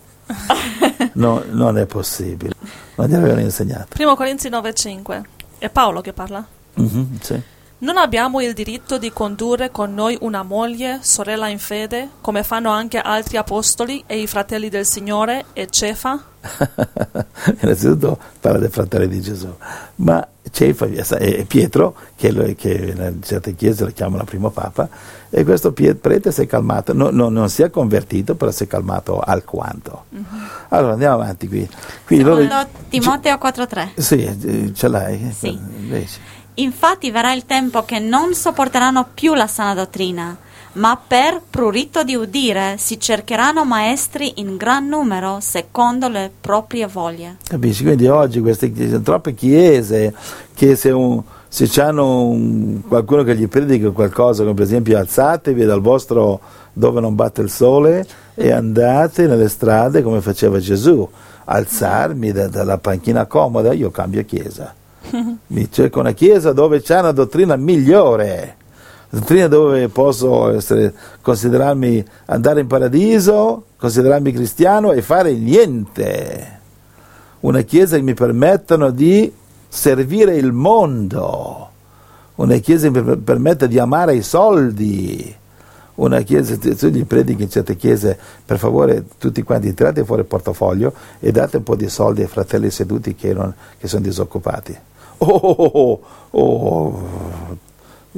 No, non è possibile. Non gli avevano insegnato. Primo Corinzi nove cinque. È Paolo che parla? Mm-hmm, sì. Non abbiamo il diritto di condurre con noi una moglie, sorella in fede, come fanno anche altri apostoli e i fratelli del Signore e Cefa? Innanzitutto parla dei fratelli di Gesù, ma Cefa e Pietro, che, lo, che in certe chiese lo chiamano primo Papa, e questo prete si è calmato, no, no, non si è convertito, però si è calmato alquanto. Mm-hmm. Allora andiamo avanti qui. qui Secondo loro, Timoteo quattro tre. Sì, ce l'hai? Sì. Invece. Infatti verrà il tempo che non sopporteranno più la sana dottrina, ma per prurito di udire si cercheranno maestri in gran numero secondo le proprie voglie. Capisci? Quindi oggi queste sono troppe chiese che se, un, se c'hanno un, qualcuno che gli predica qualcosa, come per esempio: alzatevi dal vostro dove non batte il sole e andate nelle strade come faceva Gesù, alzarmi da, dalla panchina comoda, io cambio chiesa. Mi cerco una chiesa dove c'è una dottrina migliore, dottrina dove posso essere, considerarmi andare in paradiso, considerarmi cristiano e fare niente. Una chiesa che mi permettano di servire il mondo, una chiesa che mi permetta di amare i soldi, una chiesa, tu gli predichi in certe chiese: per favore tutti quanti tirate fuori il portafoglio e date un po' di soldi ai fratelli seduti che, non, che sono disoccupati. Oh, oh, oh, oh.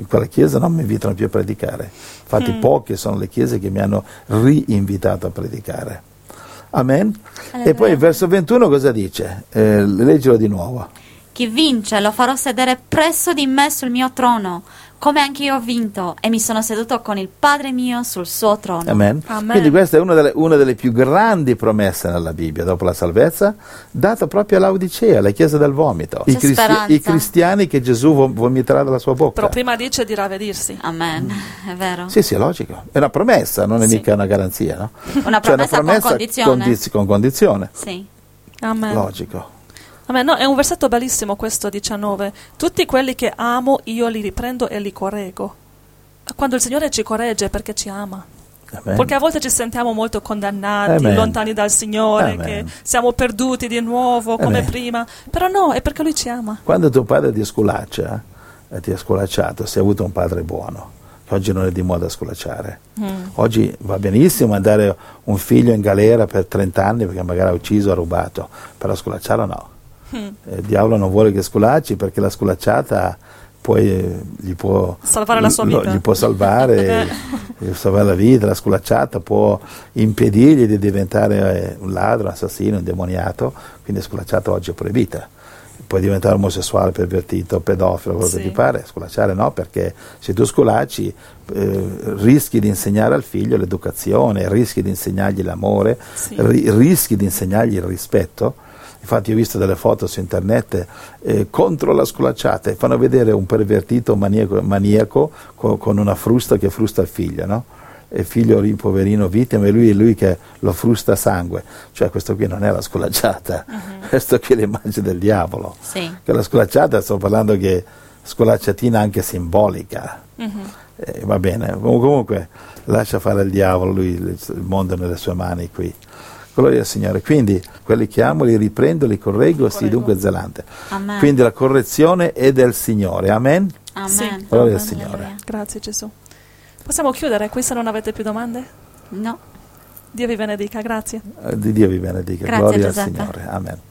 in quella chiesa non mi invitano più a predicare. Infatti Mm. poche sono le chiese che mi hanno rinvitato a predicare. Amen. E poi il verso ventuno cosa dice? Eh, leggilo di nuovo. Chi vince lo farò sedere presso di me sul mio trono, come anche io ho vinto e mi sono seduto con il Padre mio sul suo trono. Amen. Amen. Quindi questa è una delle, una delle più grandi promesse nella Bibbia, dopo la salvezza, data proprio all'Odicea, alla chiesa del vomito. I, C'è cristi- speranza. i cristiani che Gesù vom- vomiterà dalla sua bocca. Però prima dice di ravvedersi. Amen, è vero. Sì, sì, è logico. È una promessa, non è Sì. mica una garanzia, no? Una Cioè, promessa con condizione. condiz- con condizione. Sì. Amen. Logico. Amen. No, è un versetto bellissimo questo diciannove. Tutti quelli che amo io li riprendo e li correggo. Quando il Signore ci corregge è perché ci ama. Amen. Perché a volte ci sentiamo molto condannati, Amen. lontani dal Signore, Amen. che siamo perduti di nuovo come Amen. prima. Però no, è perché Lui ci ama. Quando tuo padre ti sculaccia, eh, ti ha sculacciato, se hai avuto un padre buono, che oggi non è di moda sculacciare. Mm. Oggi va benissimo mandare un figlio in galera per trenta anni perché magari ha ucciso, ha rubato, però sculacciarlo no. Mm. Eh, il diavolo non vuole che sculacci perché la sculacciata poi eh, gli può Salvare la sua lo- vita. gli può salvare, gli salvare la vita. La sculacciata può impedirgli di diventare eh, un ladro, un assassino, un demoniato, quindi la sculacciata oggi è proibita. Puoi diventare omosessuale, pervertito, pedofilo, quello Sì. che ti pare. Sculacciare no, perché se tu sculacci eh, rischi di insegnare al figlio l'educazione, rischi di insegnargli l'amore, Sì. ri- rischi di insegnargli il rispetto. Infatti ho visto delle foto su internet eh, contro la sculacciata e fanno vedere un pervertito maniaco, maniaco co- con una frusta che frusta il figlio, no? E il figlio lì, poverino, vittima, e lui è lui che lo frusta a sangue. Cioè questo qui non è la sculacciata, Mhm. questo qui è l'immagine del diavolo. Sì. Che la sculacciata, sto parlando che sculacciatina anche simbolica. Mhm. Eh, va bene, comunque lascia fare il diavolo, lui il mondo è nelle sue mani qui. Gloria al Signore. Quindi quelli che amo li riprendo, li correggo, sì, Correggo. dunque zelante. Amen. Quindi la correzione è del Signore. Amen. Amen. Sì. Gloria al Amen. Signore. Grazie Gesù. Possiamo chiudere qui se non avete più domande? No. Dio vi benedica, grazie. Eh, Di Dio vi benedica. Grazie, Gloria al Giuseppe. Signore. Amen.